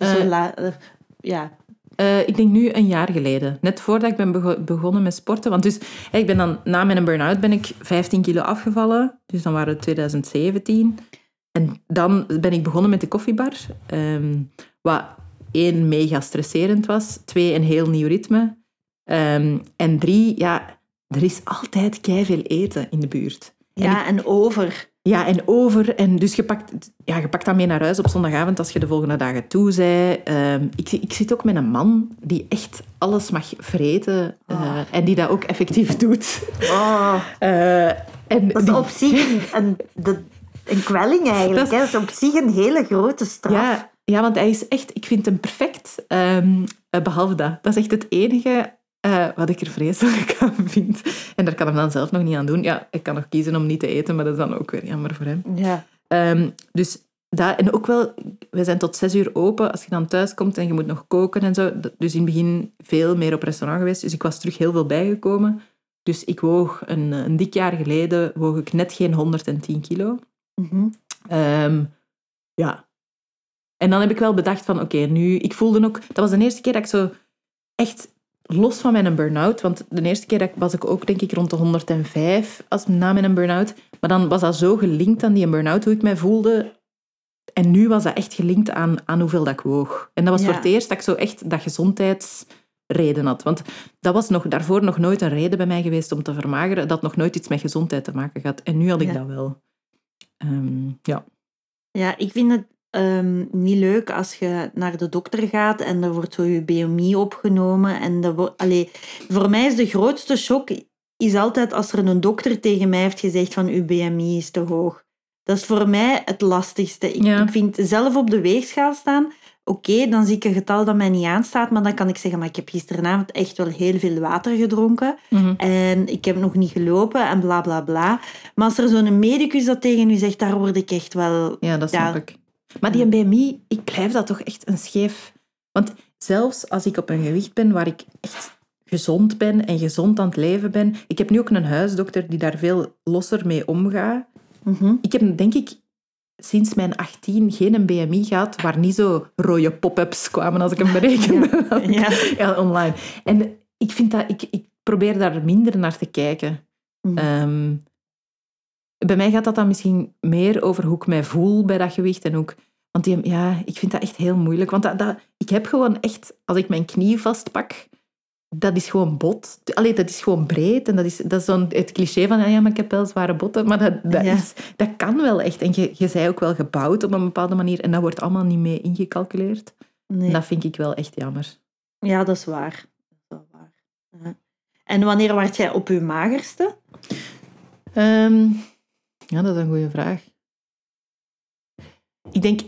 Ik denk nu een jaar geleden. Net voordat ik ben begonnen met sporten. Want dus, ik ben dan, na mijn burn-out ben ik 15 kilo afgevallen. Dus dan waren het 2017. En dan ben ik begonnen met de koffiebar. Wat 1, mega stresserend was. 2, een heel nieuw ritme. En 3, er is altijd keiveel eten in de buurt. En over. Ja, en over. En dus je pakt dat mee naar huis op zondagavond als je de volgende dagen toe bent. Ik zit ook met een man die echt alles mag vreten. En die dat ook effectief doet. Dat is op zich een kwelling eigenlijk. Dat is op zich een hele grote straf. Ja, want hij is echt... Ik vind hem perfect. Behalve dat. Dat is echt het enige... wat ik er vreselijk aan vind. En daar kan hem dan zelf nog niet aan doen. Ja, ik kan nog kiezen om niet te eten, maar dat is dan ook weer jammer voor hem. Ja. Dus dat, en ook wel, we zijn tot 6 uur open. Als je dan thuis komt en je moet nog koken en zo. Dus in het begin veel meer op restaurant geweest. Dus ik was terug heel veel bijgekomen. Dus ik woog een dik jaar geleden, woog ik net geen 110 kilo. Mm-hmm. Ja. En dan heb ik wel bedacht van, oké, nu... Ik voelde ook... Dat was de eerste keer dat ik zo echt... Los van mijn burn-out, want de eerste keer was ik ook, denk ik, rond de 105 na mijn burn-out. Maar dan was dat zo gelinkt aan die burn-out, hoe ik mij voelde. En nu was dat echt gelinkt aan hoeveel dat ik woog. En dat was voor het eerst dat ik zo echt dat gezondheidsreden had. Want dat was daarvoor nog nooit een reden bij mij geweest om te vermageren. Dat had nog nooit iets met gezondheid te maken gehad. En nu had ik dat wel. Ja, ik vind het niet leuk als je naar de dokter gaat en er wordt zo je BMI opgenomen. En voor mij is de grootste shock is altijd als er een dokter tegen mij heeft gezegd van uw BMI is te hoog. Dat is voor mij het lastigste. Ik vind zelf op de weegschaal staan, oké, dan zie ik een getal dat mij niet aanstaat, maar dan kan ik zeggen, maar ik heb gisteravond echt wel heel veel water gedronken en ik heb nog niet gelopen en bla bla bla. Maar als er zo'n medicus dat tegen u zegt, daar word ik echt wel... Ja, dat snap ik. Maar die BMI, ik blijf dat toch echt een scheef... Want zelfs als ik op een gewicht ben waar ik echt gezond ben en gezond aan het leven ben... Ik heb nu ook een huisdokter die daar veel losser mee omgaat. Mm-hmm. Ik heb, denk ik, sinds mijn 18 geen BMI gehad waar niet zo rode pop-ups kwamen als ik hem berekende. Ja, online. En ik vind dat... Ik probeer daar minder naar te kijken. Mm-hmm. Bij mij gaat dat dan misschien meer over hoe ik mij voel bij dat gewicht. En ook, want ik vind dat echt heel moeilijk. Want ik heb gewoon echt, als ik mijn knie vastpak, dat is gewoon bot. Allee, dat is gewoon breed. En dat is zo'n het cliché van, maar ik heb wel zware botten. Maar dat kan wel echt. En je bent ook wel gebouwd op een bepaalde manier. En dat wordt allemaal niet mee ingecalculeerd. Nee. En dat vind ik wel echt jammer. Ja, dat is waar. Ja. En wanneer werd jij op je magerste? Ja, dat is een goede vraag. Ik denk...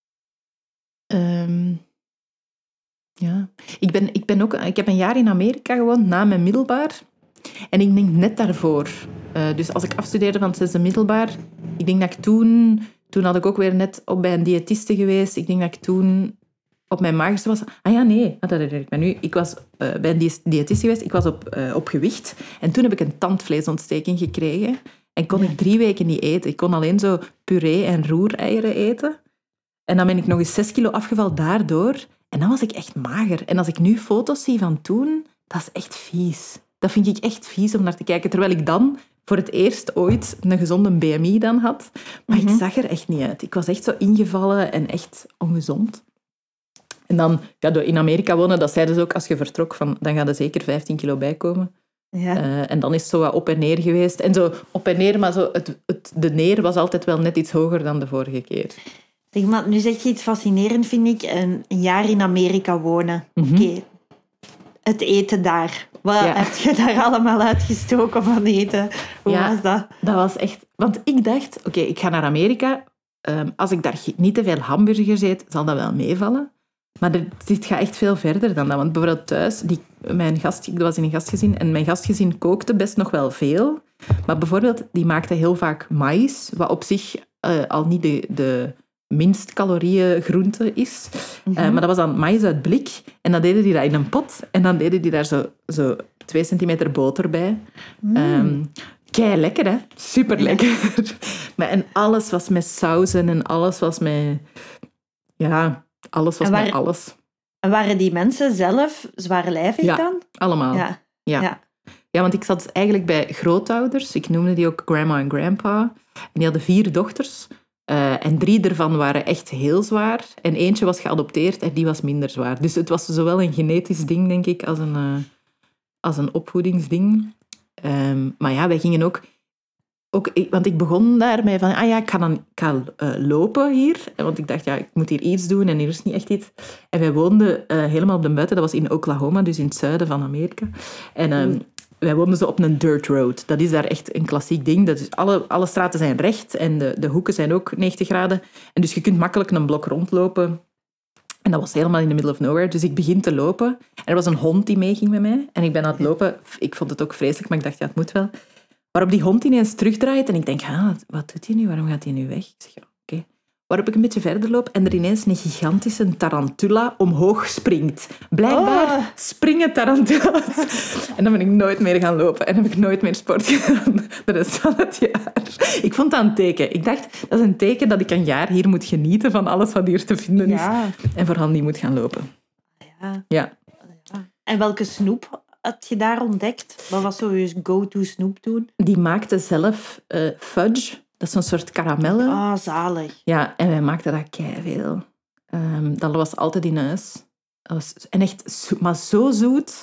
Ik heb een jaar in Amerika gewoond, na mijn middelbaar. En ik denk net daarvoor. Dus als ik afstudeerde van het 6e middelbaar, ik denk dat ik toen had ik ook weer net bij een diëtiste geweest. Ik denk dat ik toen op mijn magerste was. Dat herinner ik me nu. Ik was bij een diëtiste geweest, ik was op gewicht. En toen heb ik een tandvleesontsteking gekregen. En kon ik 3 weken niet eten. Ik kon alleen zo puree en roereieren eten. En dan ben ik nog eens 6 kilo afgevallen daardoor. En dan was ik echt mager. En als ik nu foto's zie van toen, dat is echt vies. Dat vind ik echt vies om naar te kijken. Terwijl ik dan voor het eerst ooit een gezonde BMI dan had. Maar ik zag er echt niet uit. Ik was echt zo ingevallen en echt ongezond. En dan, door in Amerika wonen, dat zeiden ze ook als je vertrok, dan ga je zeker 15 kilo bijkomen. Ja. En dan is het zo wat op en neer geweest. En zo op en neer, maar zo de neer was altijd wel net iets hoger dan de vorige keer. Zeg maar, nu zeg je iets fascinerend, vind ik. Een jaar in Amerika wonen. Oké. Het eten daar. Wat heb je daar allemaal uitgestoken van eten? Hoe was dat? Dat was echt... Want ik dacht, oké, ik ga naar Amerika. Als ik daar niet te veel hamburgers eet, zal dat wel meevallen. Maar dit gaat echt veel verder dan dat. Want bijvoorbeeld thuis, ik was in een gastgezin en mijn gastgezin kookte best nog wel veel. Maar bijvoorbeeld, die maakte heel vaak maïs, wat op zich al niet de minst calorieën groente is. Maar dat was dan maïs uit blik. En dan deden die dat in een pot. En dan deden die daar zo 2 centimeter boter bij. Kei lekker, hè? Super lekker. En alles was met sauzen en alles was met... Ja, alles was met alles. En waren die mensen zelf zwaarlijvig dan? Allemaal. Ja, want ik zat eigenlijk bij grootouders. Ik noemde die ook grandma en grandpa. En die hadden 4 dochters. En 3 ervan waren echt heel zwaar. En eentje was geadopteerd en die was minder zwaar. Dus het was zowel een genetisch ding, denk ik, als een opvoedingsding. Maar ja, wij gingen ook... Want ik begon daarmee van... ik ga lopen hier. Want ik dacht, ik moet hier iets doen en hier is niet echt iets. En wij woonden helemaal op de buiten. Dat was in Oklahoma, dus in het zuiden van Amerika. En... Wij woonden zo op een dirt road. Dat is daar echt een klassiek ding. Dat is alle straten zijn recht en de hoeken zijn ook 90 graden. En dus je kunt makkelijk een blok rondlopen. En dat was helemaal in the middle of nowhere. Dus ik begin te lopen. En er was een hond die meeging met mij. En ik ben aan het lopen. Ik vond het ook vreselijk, maar ik dacht, het moet wel. Waarop die hond ineens terugdraait. En ik denk, wat doet hij nu? Waarom gaat hij nu weg? Ik zeg, oké. Waarop ik een beetje verder loop en er ineens een gigantische tarantula omhoog springt. Blijkbaar springen tarantulas. En dan ben ik nooit meer gaan lopen en heb ik nooit meer sport gedaan de rest van het jaar. Ik vond dat een teken. Ik dacht, dat is een teken dat ik een jaar hier moet genieten van alles wat hier te vinden is. En vooral niet moet gaan lopen. Ja. En welke snoep had je daar ontdekt? Wat was zo je go-to snoep toen? Die maakte zelf fudge. Dat is een soort karamellen. Zalig. Ja, en wij maakten dat keiveel. Dat was altijd in huis. En echt, maar zo zoet.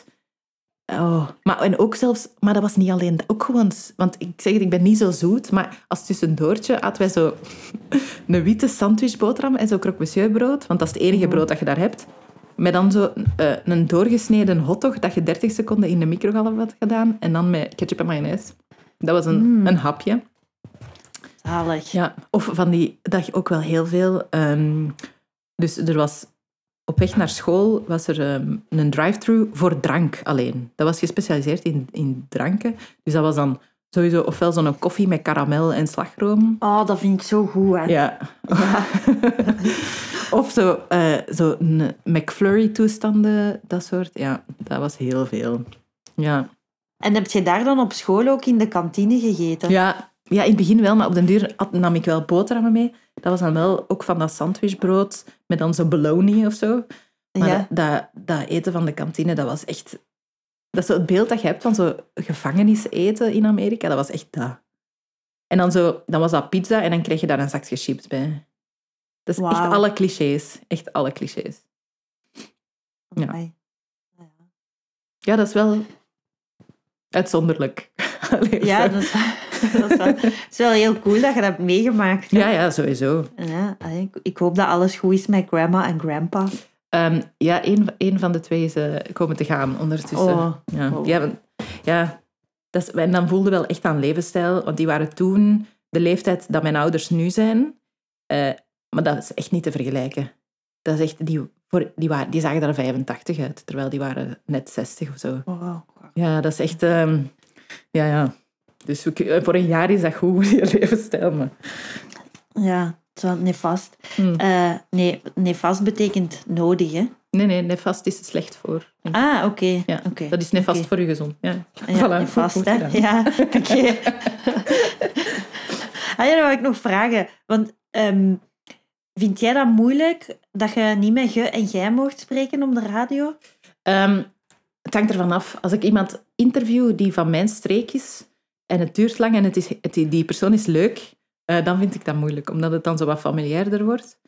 En ook zelfs... Maar dat was niet alleen... Ook gewoon... Want ik zeg het, ik ben niet zo zoet, maar als tussendoortje hadden wij zo een witte sandwichboterham en zo croque monsieur brood. Want dat is het enige brood dat je daar hebt. Met dan zo een doorgesneden hotdog dat je 30 seconden in de microgolf had gedaan. En dan met ketchup en mayonaise. Dat was een hapje. Zalig. Ja, of van die... Dat je ook wel heel veel... dus er was... Op weg naar school was er een drive-thru voor drank alleen. Dat was gespecialiseerd in dranken. Dus dat was dan sowieso ofwel zo'n koffie met karamel en slagroom. Dat vind ik zo goed, hè. Ja. Of zo McFlurry-toestanden, dat soort. Ja, dat was heel veel. Ja. En heb je daar dan op school ook in de kantine gegeten? Ja, in het begin wel, maar op den duur nam ik wel boterhammen mee. Dat was dan wel ook van dat sandwichbrood met dan zo bologna of zo. Maar dat eten van de kantine, dat was echt... Dat is zo het beeld dat je hebt van zo gevangeniseten in Amerika. Dat was echt dat. En dan was dat pizza en dan kreeg je daar een zakje chips bij. Dat is echt alle clichés. Echt alle clichés. Ja. Ja, dat is wel uitzonderlijk. Ja, dat is wel heel cool dat je dat hebt meegemaakt. Hè? Ja, sowieso. Ja, ik hoop dat alles goed is met grandma en grandpa. Een van de twee is komen te gaan ondertussen. En dan voelde wel echt aan levensstijl, want die waren toen de leeftijd dat mijn ouders nu zijn. Maar dat is echt niet te vergelijken. Dat is echt, die zagen er 85 uit, terwijl die waren net 60 of zo. Ja, dat is echt... Dus voor een jaar is dat goed, die levensstijl. Maar... Ja, het is wel nefast. Nefast betekent nodig, hè? Nee, nefast is slecht voor. Oké. Ja, dat is nefast voor je gezond. Ja, voilà, nefast, hè? Ja, oké. Dan wil ik nog vragen. Want Vind jij dat moeilijk, dat je niet met je en jij mocht spreken op de radio? Het hangt ervan af. Als ik iemand interview die van mijn streek is en het duurt lang en die persoon is leuk, dan vind ik dat moeilijk, omdat het dan zo wat familiairder wordt.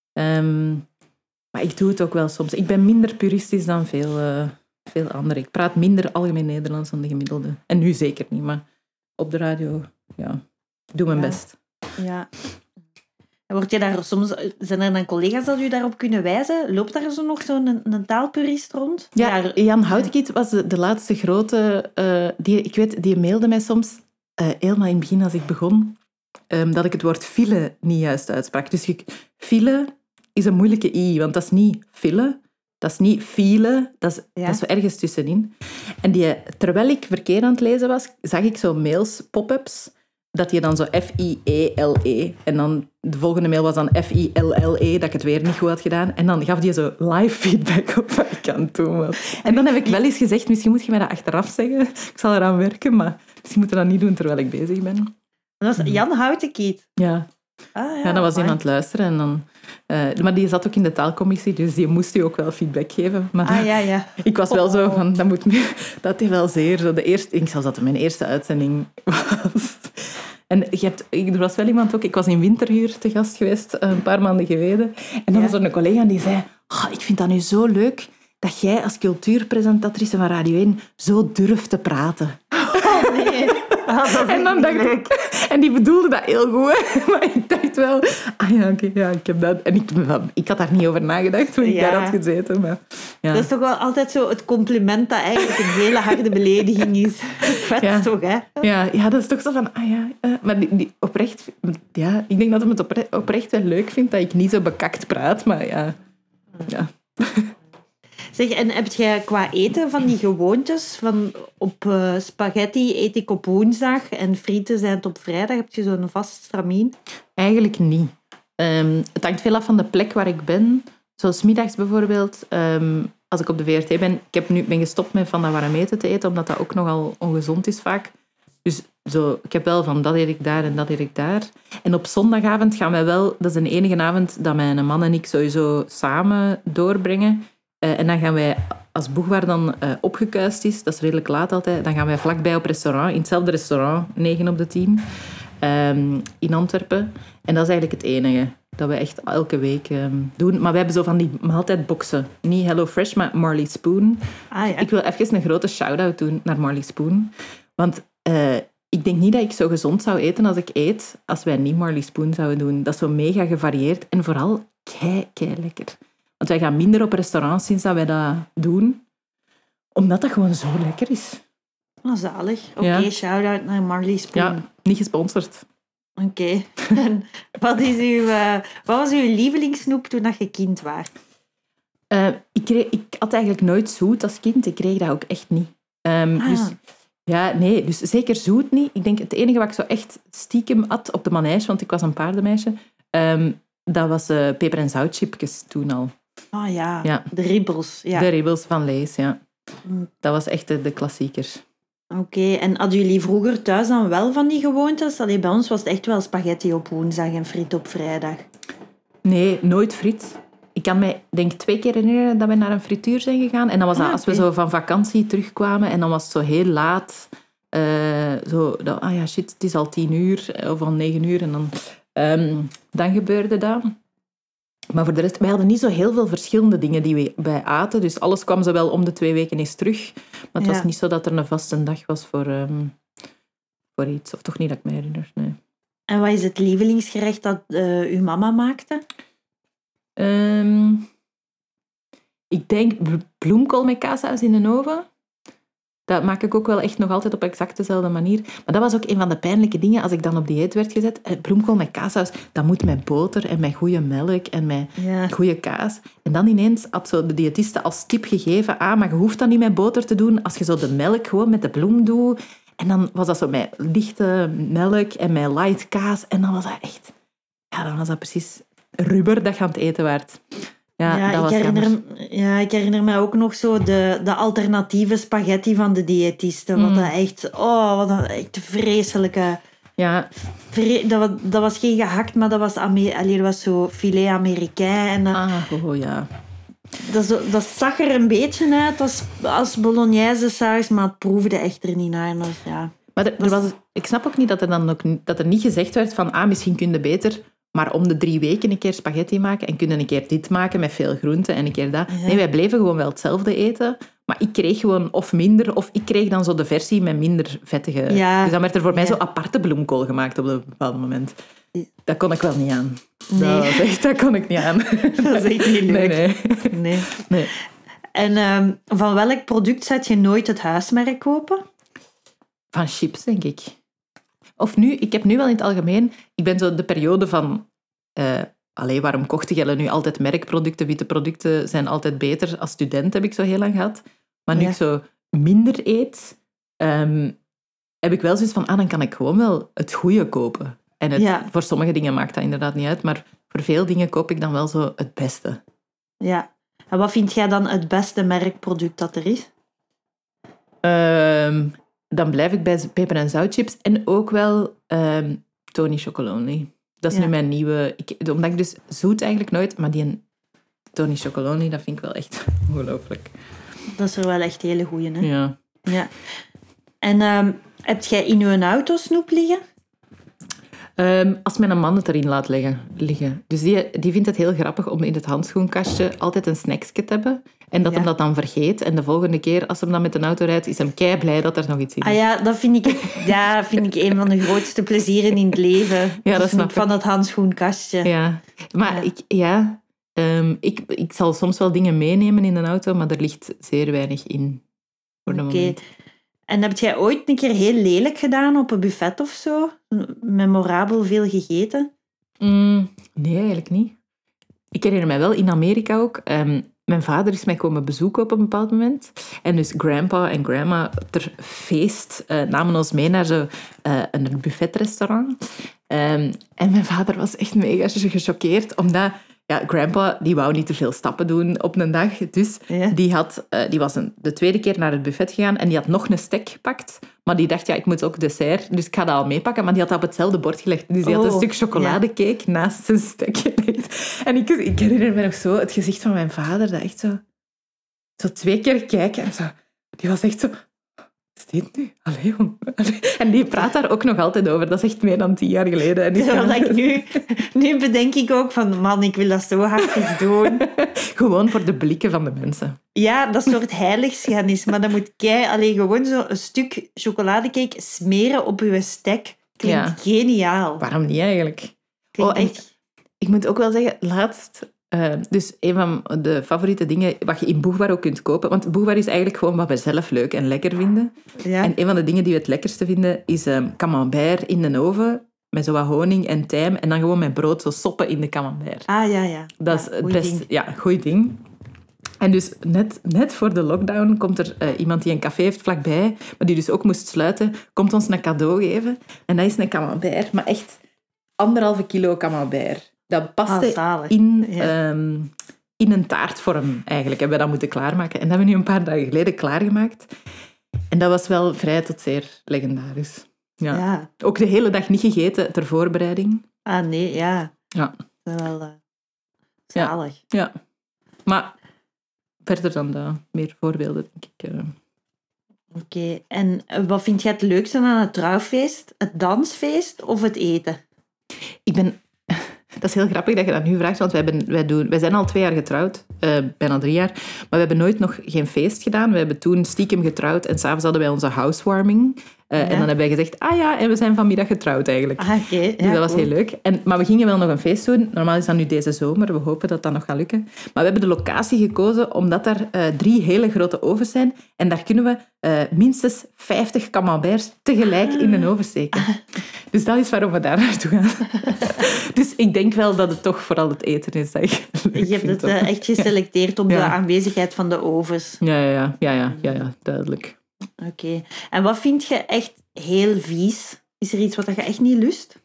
Maar ik doe het ook wel soms. Ik ben minder puristisch dan veel anderen. Ik praat minder algemeen Nederlands dan de gemiddelde. En nu zeker niet, maar op de radio, ja, ik doe mijn best. Ja. En word je daar soms, zijn er dan collega's dat u daarop kunnen wijzen? Loopt daar zo nog zo'n taalpurist rond? Ja, Jan Houtekiet was de laatste grote... die mailde mij soms, helemaal in het begin als ik begon, dat ik het woord file niet juist uitsprak. Dus file is een moeilijke i, want dat is niet file, dat is niet file, dat is zo ergens tussenin. En terwijl ik verkeerd aan het lezen was, zag ik zo mails, pop-ups, dat je dan zo F-I-E-L-E. En dan de volgende mail was dan F-I-L-L-E, dat ik het weer niet goed had gedaan. En dan gaf die zo live feedback op wat ik aan het doen was. En dan heb ik wel eens gezegd, misschien moet je mij dat achteraf zeggen. Ik zal eraan werken, maar misschien moet je dat niet doen terwijl ik bezig ben. Dat was Jan Houtekiet. Ja. Ja, dan was hij aan het luisteren. En dan, maar die zat ook in de taalcommissie, dus die moest je ook wel feedback geven. Maar ik was wel zo van, dat hij wel zeer... Zo ik denk zelfs dat het mijn eerste uitzending was. En er was wel iemand ook... Ik was in Winterhuur te gast geweest, een paar maanden geleden. En dan was er een collega die zei... ik vind dat nu zo leuk dat jij als cultuurpresentatrice van Radio 1 zo durft te praten. Oh, nee. En dan dacht ik... En die bedoelde dat heel goed. Maar ik dacht wel... ik heb dat... En ik had daar niet over nagedacht toen ik daar had gezeten. Maar, ja. Dat is toch wel altijd zo het compliment dat eigenlijk een hele harde belediging is. Dat toch, hè? Ja, dat is toch zo van... maar die oprecht... Ja, ik denk dat hij het oprecht wel leuk vindt dat ik niet zo bekakt praat. Maar ja... Zeg, en heb jij qua eten van die gewoontjes? Van op spaghetti eet ik op woensdag en frieten zijn het op vrijdag. Heb je zo'n vast stramien? Eigenlijk niet. Het hangt veel af van de plek waar ik ben. Zoals 's middags bijvoorbeeld. Als ik op de VRT ben... Ik ben gestopt met van dat warm eten te eten, omdat dat ook nogal ongezond is vaak. Dus ik heb wel van dat eet ik daar en dat eet ik daar. En op zondagavond gaan wij wel... Dat is de enige avond dat mijn man en ik sowieso samen doorbrengen. En dan gaan wij, als Boegwaar dan opgekuist is, dat is redelijk laat altijd, dan gaan wij vlakbij op restaurant, in hetzelfde restaurant, 9 op de 10, in Antwerpen. En dat is eigenlijk het enige dat we echt elke week doen. Maar we hebben zo van die maaltijdboxen. Niet HelloFresh, maar Marley Spoon. Ik wil even een grote shout-out doen naar Marley Spoon. Want ik denk niet dat ik zo gezond zou eten als ik eet, als wij niet Marley Spoon zouden doen. Dat is zo mega gevarieerd en vooral kei lekker. Want wij gaan minder op restaurants sinds dat wij dat doen. Omdat dat gewoon zo lekker is. Zalig. Oké, shout-out naar Marley Spoon. Ja, niet gesponsord. Oké. Wat was uw lievelingssnoep toen je kind was? Ik had eigenlijk nooit zoet als kind. Ik kreeg dat ook echt niet. Dus zeker zoet niet. Ik denk het enige wat ik zo echt stiekem at op de manege, want ik was een paardenmeisje, dat was peper- en zoutchipjes toen al. Ja, de ribbels. Ja. De ribbels van Lay's, ja. Dat was echt de klassieker. Oké, en hadden jullie vroeger thuis dan wel van die gewoontes? Allee, bij ons was het echt wel spaghetti op woensdag en friet op vrijdag. Nee, nooit friet. Ik kan mij, denk 2 keer herinneren dat we naar een frituur zijn gegaan. En dan was dat als we zo van vakantie terugkwamen en dan was het zo heel laat. Het is al 10 uur of al 9 uur. En dan gebeurde dat. Maar voor de rest, wij hadden niet zo heel veel verschillende dingen die wij aten. Dus alles kwam zo wel om de 2 weken eens terug. Maar het was niet zo dat er een vaste dag was voor iets. Of toch niet dat ik me herinner, nee. En wat is het lievelingsgerecht dat uw mama maakte? Ik denk bloemkool met kaassaus in de oven. Dat maak ik ook wel echt nog altijd op exact dezelfde manier. Maar dat was ook een van de pijnlijke dingen als ik dan op dieet werd gezet. Bloemkool met kaassaus, dat moet met boter en met goede melk en met goede kaas. En dan ineens had zo de diëtiste als tip gegeven, maar je hoeft dat niet met boter te doen als je zo de melk gewoon met de bloem doet. En dan was dat zo met lichte melk en met light kaas. En dan was dat echt... Ja, dan was dat precies rubber dat je aan het eten werd. Ik herinner me ook nog zo de alternatieve spaghetti van de diëtiste. Wat dat echt... wat een echt vreselijke Ja. Dat was geen gehakt, maar dat was, dat was zo filet américain. Ja. Dat zag er een beetje uit als bolognese saus, maar het proefde echt er niet naar. Dus ja. Maar ik snap ook niet dat er niet gezegd werd van misschien kun je beter maar om de 3 weken een keer spaghetti maken en kunnen een keer dit maken met veel groenten en een keer dat. Ja. Nee, wij bleven gewoon wel hetzelfde eten, maar ik kreeg gewoon of minder, of ik kreeg dan zo de versie met minder vettige... Ja. Dus dan werd er voor mij zo aparte bloemkool gemaakt op een bepaald moment. Dat kon ik wel niet aan. Nee. Dat kon ik niet aan. Dat is echt niet leuk. Nee. En van welk product zou je nooit het huismerk kopen? Van chips, denk ik. Of nu, ik heb nu wel in het algemeen... Ik ben zo de periode van... waarom kocht je nu altijd merkproducten? Witte producten zijn altijd beter. Als student heb ik zo heel lang gehad. Maar nu ik zo minder eet, heb ik wel zoiets van... dan kan ik gewoon wel het goede kopen. En voor sommige dingen maakt dat inderdaad niet uit. Maar voor veel dingen koop ik dan wel zo het beste. Ja. En wat vind jij dan het beste merkproduct dat er is? Dan blijf ik bij peper- en zoutchips. En ook wel Tony Chocolonely. Dat is nu mijn nieuwe... Omdat ik dus zoet eigenlijk nooit... Maar die Tony Chocolonely, dat vind ik wel echt ongelooflijk. Dat is er wel echt hele goeie, hè? Ja. En heb jij in je auto snoep liggen? Als mijn man het erin laat liggen. Dus die vindt het heel grappig om in het handschoenkastje altijd een snacksje te hebben. En dat hem dat dan vergeet. En de volgende keer, als hem dan met een auto rijdt, is hem kei blij dat er nog iets in is. Ja, dat vind ik een van de grootste plezieren in het leven. Ja, dat snap ik. Van het handschoenkastje. Ja, maar ik zal soms wel dingen meenemen in een auto, maar er ligt zeer weinig in voor de moment. En heb jij ooit een keer heel lelijk gedaan op een buffet of zo? Memorabel veel gegeten? Nee, eigenlijk niet. Ik herinner mij wel in Amerika ook... mijn vader is mij komen bezoeken op een bepaald moment. En dus grandpa en grandma ter feest namen ons mee naar een buffetrestaurant. En mijn vader was echt mega gechoqueerd, omdat... Ja, grandpa die wou niet te veel stappen doen op een dag. Dus die was de tweede keer naar het buffet gegaan en die had nog een steak gepakt. Maar die dacht, ik moet ook dessert, dus ik ga dat al meepakken. Maar die had dat op hetzelfde bord gelegd. Dus die had een stuk chocoladecake naast zijn steak gelegd. En ik herinner me nog zo het gezicht van mijn vader, dat echt zo 2 keer kijken en zo. Die was echt zo... Wat is dit nu? Allee, jong. En die praat daar ook nog altijd over. Dat is echt meer dan 10 jaar geleden. En nu bedenk ik ook van... Man, ik wil dat zo hard eens doen. Gewoon voor de blikken van de mensen. Ja, dat soort heiligschennis. Maar dan moet gewoon zo een stuk chocoladecake smeren op je steak. Klinkt geniaal. Waarom niet eigenlijk? Echt... Ik moet ook wel zeggen, laatst... dus een van de favoriete dingen wat je in Boegwaar ook kunt kopen. Want Boegwaar is eigenlijk gewoon wat we zelf leuk en lekker vinden. Ja. En een van de dingen die we het lekkerste vinden is camembert in de oven. Met zo wat honing en tijm. En dan gewoon met brood zo soppen in de camembert. Ja. Dat is het beste. Ja, goed ding. En dus net voor de lockdown komt er iemand die een café heeft vlakbij, maar die dus ook moest sluiten, komt ons een cadeau geven. En dat is een camembert, maar echt 1,5 kilo camembert. Dat paste in een taartvorm, eigenlijk. Hebben we dat moeten klaarmaken. En dat hebben we nu een paar dagen geleden klaargemaakt. En dat was wel vrij tot zeer legendarisch. Ja. Ook de hele dag niet gegeten ter voorbereiding. Nee, ja. Ja. Dat is wel zalig. Ja. Maar verder dan dat, meer voorbeelden, denk ik. Oké. En wat vind jij het leukste aan het trouwfeest? Het dansfeest of het eten? Dat is heel grappig dat je dat nu vraagt, want wij zijn al 2 jaar getrouwd, bijna 3 jaar, maar we hebben nooit nog geen feest gedaan. We hebben toen stiekem getrouwd en s'avonds hadden wij onze housewarming. En dan hebben wij gezegd, en we zijn vanmiddag getrouwd eigenlijk. Okay. Dus dat was heel leuk. Maar we gingen wel nog een feest doen. Normaal is dat nu deze zomer. We hopen dat dat nog gaat lukken. Maar we hebben de locatie gekozen omdat daar 3 hele grote ovens zijn. En daar kunnen we minstens 50 camemberts tegelijk in een oven steken. Dus dat is waarom we daar naartoe gaan. Dus ik denk wel dat het toch vooral het eten is dat ik leuk Je hebt het echt geselecteerd op de aanwezigheid van de ovens. Ja, duidelijk. Oké. En wat vind je echt heel vies? Is er iets wat je echt niet lust?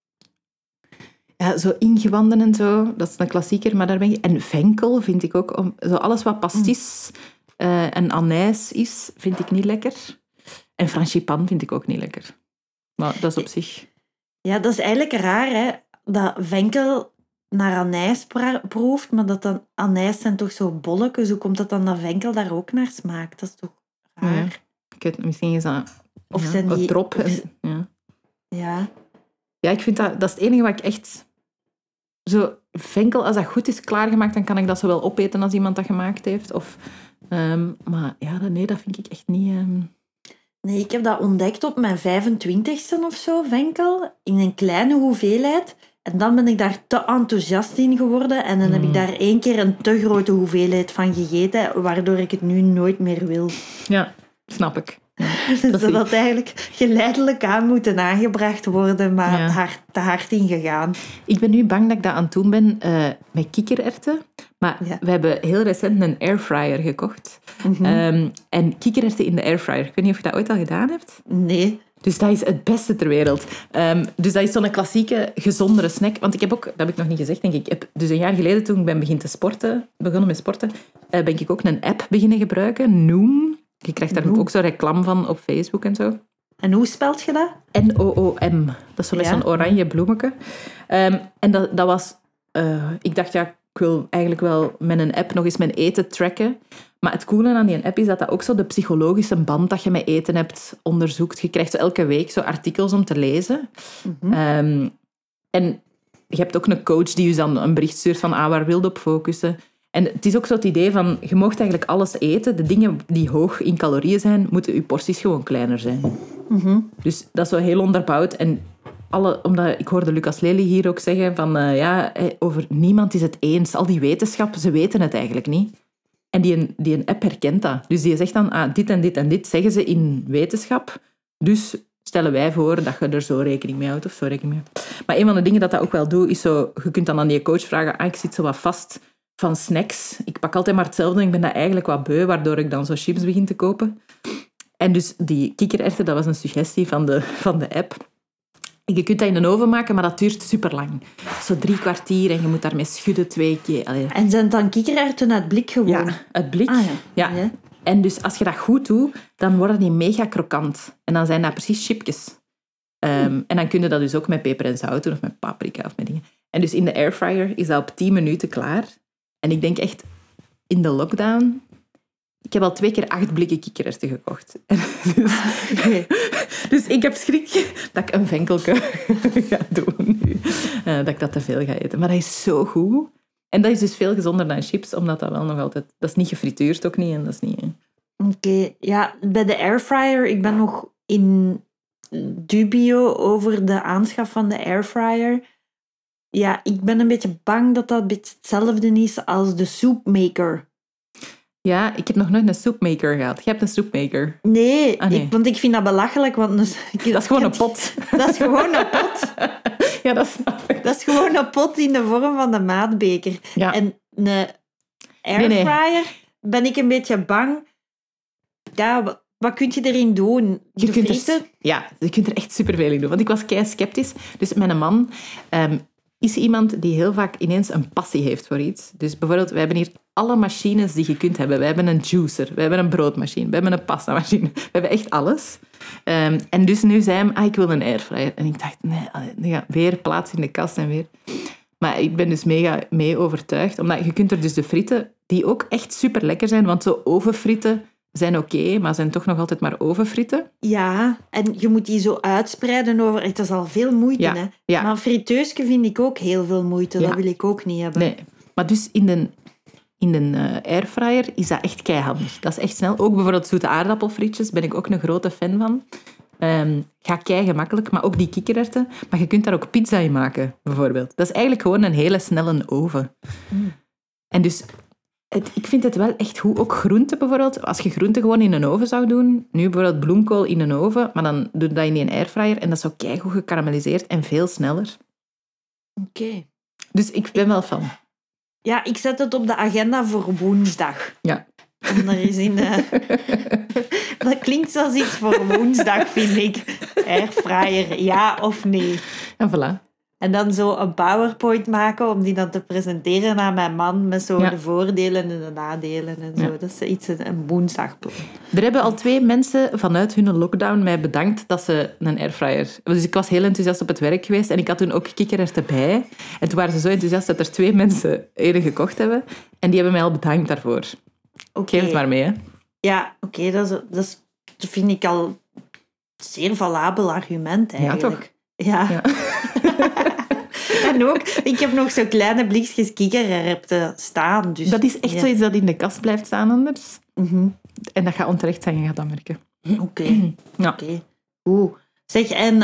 Ja, zo ingewanden en zo, dat is een klassieker. Maar daar ben je... En venkel vind ik ook... Zo alles wat pastis en anijs is, vind ik niet lekker. En frangipan vind ik ook niet lekker. Maar dat is op zich... Ja, dat is eigenlijk raar, hè. Dat venkel naar anijs proeft, maar dat dan anijs zijn toch zo bolletjes. Hoe komt dat dan dat venkel daar ook naar smaakt? Dat is toch raar? Ja. Ik weet, misschien is dat Of zijn die... een drop. Ja. Ja. Ja, ik vind dat is het enige wat ik echt... Zo, venkel, als dat goed is klaargemaakt, dan kan ik dat zo wel opeten als iemand dat gemaakt heeft. Of, maar ja, nee, dat vind ik echt niet... Nee, ik heb dat ontdekt op mijn 25e of zo, venkel. In een kleine hoeveelheid. En dan ben ik daar te enthousiast in geworden. En dan heb ik daar 1 keer een te grote hoeveelheid van gegeten, waardoor ik het nu nooit meer wil. Ja, snap ik. Dus dat had eigenlijk geleidelijk aan moeten aangebracht worden, maar te hard ingegaan. Ik ben nu bang dat ik dat aan het doen ben met kikkererwten. Maar we hebben heel recent een airfryer gekocht. Mm-hmm. En kikkererwten in de airfryer. Ik weet niet of je dat ooit al gedaan hebt. Nee. Dus dat is het beste ter wereld. Dus dat is zo'n klassieke, gezondere snack. Want ik heb ook, dat heb ik nog niet gezegd, denk ik. Dus een jaar geleden, toen ik ben begonnen met sporten, ben ik ook een app beginnen gebruiken. Noom. Je krijgt daar ook zo reclame van op Facebook en zo. En hoe spelt je dat? Noom. Dat is zo met zo'n oranje bloemetje. En dat was... ik dacht, ik wil eigenlijk wel met een app nog eens mijn eten tracken. Maar het coole aan die app is dat ook zo de psychologische band dat je met eten hebt onderzoekt. Je krijgt zo elke week zo artikels om te lezen. En je hebt ook een coach die je dan een bericht stuurt van waar wil je op focussen. En het is ook zo het idee van, je mag eigenlijk alles eten. De dingen die hoog in calorieën zijn, moeten je porties gewoon kleiner zijn. Dus dat is zo heel onderbouwd. En omdat ik hoorde Lucas Lely hier ook zeggen van, over niemand is het eens. Al die wetenschap, ze weten het eigenlijk niet. En die een app herkent dat. Dus die zegt dan, dit en dit en dit zeggen ze in wetenschap. Dus stellen wij voor dat je er zo rekening mee houdt of zo rekening mee houdt. Maar een van de dingen dat ook wel doet, is zo, je kunt dan aan die coach vragen, ik zit zo wat vast van snacks. Ik pak altijd maar hetzelfde en ik ben dat eigenlijk wat beu, waardoor ik dan zo chips begin te kopen. En dus die kikkererwten, dat was een suggestie van de app. Je kunt dat in de oven maken, maar dat duurt superlang. Zo 3 kwartier en je moet daarmee schudden 2 keer. Allee. En zijn het dan kikkererwten uit blik gewoon? Ja, uit blik. Ja. En dus als je dat goed doet, dan worden die mega krokant. En dan zijn dat precies chipjes. En dan kun je dat dus ook met peper en zout doen, of met paprika of met dingen. En dus in de airfryer is dat op 10 minuten klaar. En ik denk echt, in de lockdown... Ik heb al 2 keer 8 blikken kikkererwten gekocht. Dus ik heb schrik dat ik een venkelke ga doen nu. Dat ik dat te veel ga eten. Maar dat is zo goed. En dat is dus veel gezonder dan chips, omdat dat wel nog altijd... Dat is niet gefrituurd ook niet. En dat is niet... Oké. Ja, bij de airfryer, ik ben nog in dubio over de aanschaf van de airfryer. Ja, ik ben een beetje bang dat dat een beetje hetzelfde is als de soepmaker. Ja, ik heb nog nooit een soepmaker gehad. Je hebt een soepmaker? Nee, want ik vind dat belachelijk. Want dat is gewoon een pot. Dat is gewoon een pot. Ja, dat snap ik. Dat is gewoon een pot in de vorm van de maatbeker. Ja. En een airfryer ben ik een beetje bang. Ja, wat kun je erin doen? Je kunt er echt superveel in doen. Want ik was kei sceptisch. Dus mijn man is iemand die heel vaak ineens een passie heeft voor iets. Dus bijvoorbeeld, wij hebben hier alle machines die je kunt hebben. We hebben een juicer, we hebben een broodmachine, we hebben een pastamachine. We hebben echt alles. En dus nu zei hij, ik wil een airfryer. En ik dacht, nee, weer plaats in de kast en weer. Maar ik ben dus mega mee overtuigd. Omdat je kunt er dus de frieten, die ook echt super lekker zijn, want zo ovenfrieten zijn oké, maar zijn toch nog altijd maar ovenfrieten. Ja, en je moet die zo uitspreiden over... Het is al veel moeite, hè. Ja. Maar friteusje vind ik ook heel veel moeite. Dat wil ik ook niet hebben. Nee, maar dus in de airfryer is dat echt keihandig. Dat is echt snel. Ook bijvoorbeeld zoete aardappelfrietjes ben ik ook een grote fan van. Gaat keigemakkelijk, maar ook die kikkererwten. Maar je kunt daar ook pizza in maken, bijvoorbeeld. Dat is eigenlijk gewoon een hele snelle oven. En dus... Ik vind het wel echt goed. Ook groenten bijvoorbeeld. Als je groenten gewoon in een oven zou doen, nu bijvoorbeeld bloemkool in een oven, maar dan doe je dat in een airfryer en dat is zo keigoed gekarameliseerd en veel sneller. Oké. Dus ik ben wel fan. Ja, ik zet het op de agenda voor woensdag. Ja. Om er eens in... Dat klinkt zoals iets voor woensdag, vind ik. Airfryer, ja of nee? En voilà. En dan zo een PowerPoint maken om die dan te presenteren aan mijn man met zo Ja. de voordelen en de nadelen en zo. Ja. Dat is iets, een woensdagplan. Er hebben al 2 mensen vanuit hun lockdown mij bedankt dat ze een airfryer... Dus ik was heel enthousiast op het werk geweest en ik had toen ook kikkererwten bij. En toen waren ze zo enthousiast dat er 2 mensen één gekocht hebben. En die hebben mij al bedankt daarvoor. Oké. Geef het maar mee, hè. Ja, oké, dat vind ik al een zeer valabel argument eigenlijk. Ja, toch? Ja. Ja. En ook, ik heb nog zo'n kleine blikjes kikkererwten staan. Dus, Dat is echt ja. zoiets dat in de kast blijft staan anders. Mhm. En dat gaat onterecht zijn, je gaat dat merken. Oké. Ja. Oké. Oeh. Zeg, en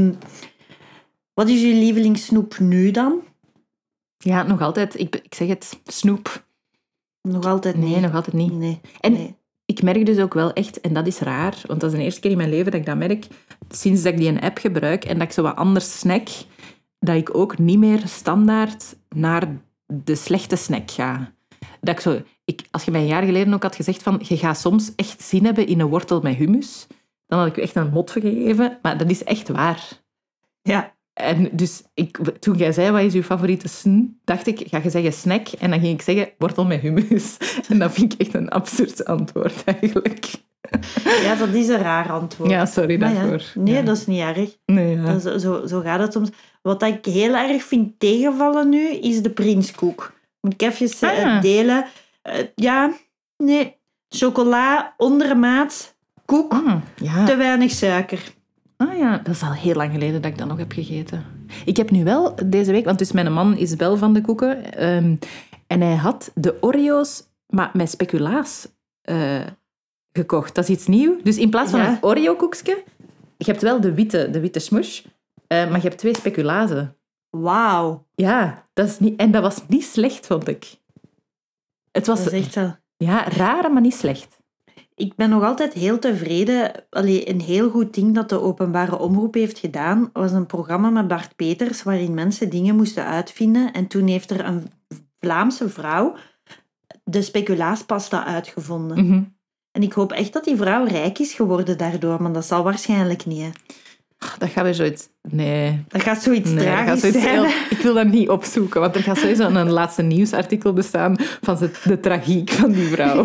wat is je lievelingssnoep nu dan? Ja, nog altijd. Ik zeg het, snoep. Nog altijd niet. Nee, nog altijd niet. Nee. En nee. ik merk dus ook wel echt, en dat is raar, want dat is de eerste keer in mijn leven dat ik dat merk, sinds dat ik die een app gebruik en dat ik zo wat anders snack, dat ik ook niet meer standaard naar de slechte snack ga. Dat ik zo, als je mij een jaar geleden ook had gezegd van, je gaat soms echt zin hebben in een wortel met hummus, dan had ik je echt een mot gegeven, maar dat is echt waar. Ja. En dus toen jij zei, wat is je favoriete sn? Dacht ik, ga je zeggen snack? En dan ging ik zeggen, wortel met hummus. En dat vind ik echt een absurd antwoord, eigenlijk. Ja, dat is een raar antwoord. Ja, sorry Maar daarvoor. ja, nee, Ja. dat is niet erg. Nee, ja. Zo gaat het soms. Wat ik heel erg vind tegenvallen nu, is de prinskoek. Moet ik even delen. Ja, nee. Chocola, ondermaat, koek, Ja. te weinig suiker. Ah ja, dat is al heel lang geleden dat ik dat nog heb gegeten. Ik heb nu wel deze week, want dus mijn man is wel van de koeken, en hij had de Oreo's, maar met speculaas gekocht. Dat is iets nieuws. Dus in plaats van Ja. een Oreo-koekje, je hebt wel de witte smush, maar je hebt 2 speculazen. Wauw. Ja, dat is niet, en dat was niet slecht, vond ik. Het was Dat is echt zo. ja, raar, maar niet slecht. Ik ben nog altijd heel tevreden. Allee, een heel goed ding dat de openbare omroep heeft gedaan, was een programma met Bart Peters, waarin mensen dingen moesten uitvinden. En toen heeft er een Vlaamse vrouw de speculaaspasta uitgevonden. Mhm. En ik hoop echt dat die vrouw rijk is geworden daardoor, maar dat zal waarschijnlijk niet. Hè. Dat gaat weer zoiets... Nee. Dat gaat zoiets Nee, dat gaat tragisch zoiets zijn. heel- ik wil dat niet opzoeken, want er gaat sowieso een laatste nieuwsartikel bestaan van de tragiek van die vrouw.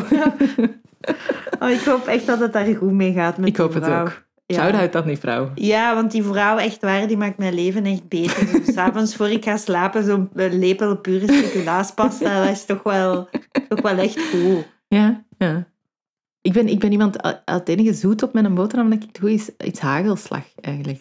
Oh, ik hoop echt dat het daar goed mee gaat met Ik hoop die het vrouw. ook. Ja. Shout-out aan die vrouw. Ja, want die vrouw, echt waar, die maakt mijn leven echt beter. Dus 's avonds voor ik ga slapen, zo'n lepel pure speculaaspasta, dat is toch wel echt goed. Ja, ja. Ik ben iemand... Het enige zoet op mijn boterham dat ik doe, is iets hagelslag, eigenlijk.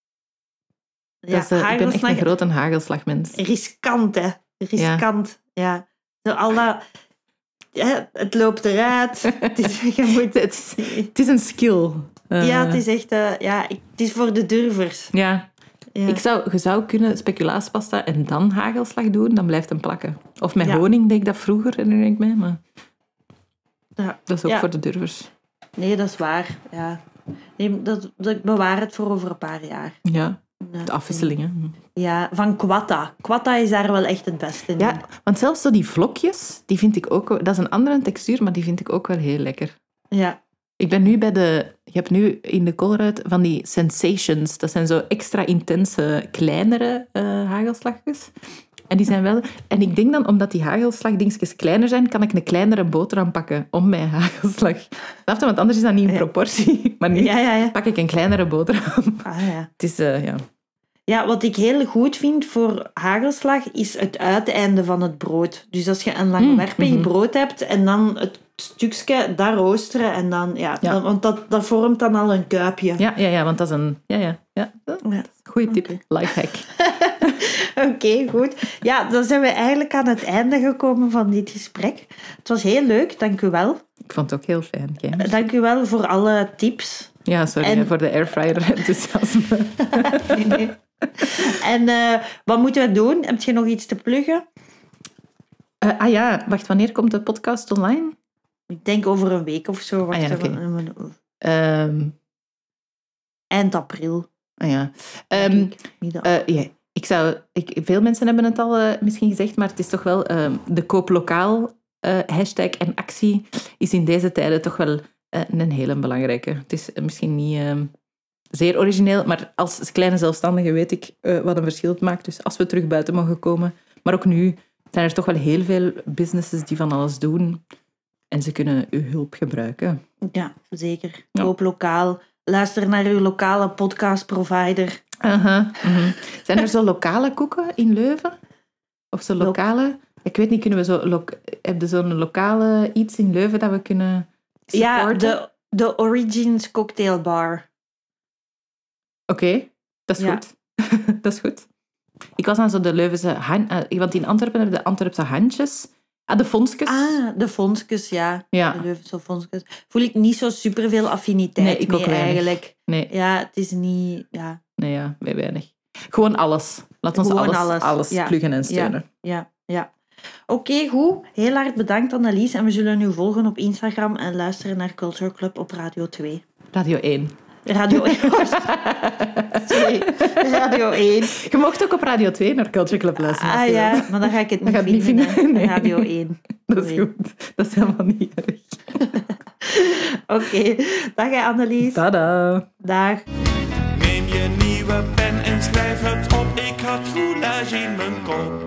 Ja, Ik ben echt hagelslag, een grote hagelslagmens. riskant, hè. Riskant, ja. Zo al dat... Ja, het loopt eruit. Je moet... Het is een skill. Ja, het is echt... het is voor de durvers. Ja. Ja. Je zou kunnen speculaaspasta en dan hagelslag doen, dan blijft het plakken. Of met Ja. honing deed ik dat vroeger, herinner ik mij. Maar Ja. dat is ook Ja. voor de durvers. Nee, dat is waar. Ja. Nee, dat bewaar het voor over een paar jaar. Ja, Ja. de afwisselingen. Ja, van Quatta. Quatta is daar wel echt het beste in. Ja, want zelfs zo die vlokjes, die vind ik ook... Dat is een andere textuur, maar die vind ik ook wel heel lekker. Ja. Ik ben nu je hebt nu in de Colruyt van die sensations. Dat zijn zo extra intense, kleinere hagelslagjes. En die zijn wel... En ik denk dan, omdat die hagelslagdingetjes kleiner zijn, kan ik een kleinere boterham pakken om mijn hagelslag. Snap je? Want anders is dat niet in proportie. Maar nu Ja. pak ik een kleinere boterham. Ah, ja. Het is, ja... Ja, wat ik heel goed vind voor hagelslag is het uiteinde van het brood. Dus als je een langwerpig brood hebt en dan het stukje daar roosteren en dan... Ja. Want dat vormt dan al een kuipje. Ja, want dat is een... Ja. Dat is een goeie tip. Oké. Lifehack. Oké, goed. Ja, dan zijn we eigenlijk aan het einde gekomen van dit gesprek. Het was heel leuk, dank u wel. Ik vond het ook heel fijn. Kijk. Dank u wel voor alle tips. Ja, sorry En- voor de airfryer enthousiasme. Nee. En wat moeten we doen? Heb je nog iets te pluggen? Wacht, wanneer komt de podcast online? Ik denk over een week of zo. Wacht, Ah ja, oké. Eind april. Ja. Veel mensen hebben het al misschien gezegd, maar het is toch wel de koop lokaal hashtag en actie is in deze tijden toch wel een hele belangrijke. Het is misschien niet zeer origineel. Maar als kleine zelfstandige weet ik wat een verschil het maakt. Dus als we terug buiten mogen komen. Maar ook nu zijn er toch wel heel veel businesses die van alles doen. En ze kunnen uw hulp gebruiken. Ja, zeker. Ja. Koop lokaal. Luister naar uw lokale podcastprovider. Zijn er zo lokale koeken in Leuven? Of zo lokale... Ik weet niet, kunnen we zo... Heb je zo'n lokale iets in Leuven dat we kunnen supporten? Ja, de Origins Cocktail Bar. Oké, dat is Ja. goed. Dat is goed. Ik was aan zo de Leuvense... want in Antwerpen hebben we de Antwerpse handjes. De fonskes. De fonskes, ja. Ja. De Leuvense fonskes. Voel ik niet zo superveel affiniteit Nee, ik mee ook weinig. eigenlijk. Nee, Ja, het is niet... Ja, nee ja, bij weinig. Gewoon alles. Laat ons Gewoon alles ja. pluggen en steunen. ja. Oké, goed. Heel hard bedankt, Annelies. En we zullen u volgen op Instagram en luisteren naar Culture Club op Radio 2. Radio 1. Radio 1. Sorry. Radio 1. Je mocht ook op Radio 2 naar Culture Club luisteren. als je wil. Ja, maar dan ga ik het Dat gaat niet niet vinden. vinden. Hè. Nee. Radio 1. Dat is Nee. goed. Dat is helemaal niet erg. Oké. Dag, hè, Annelies. Tada. Dag. Neem je nieuwe pen en schrijf het op. Ik had roulage in mijn kop.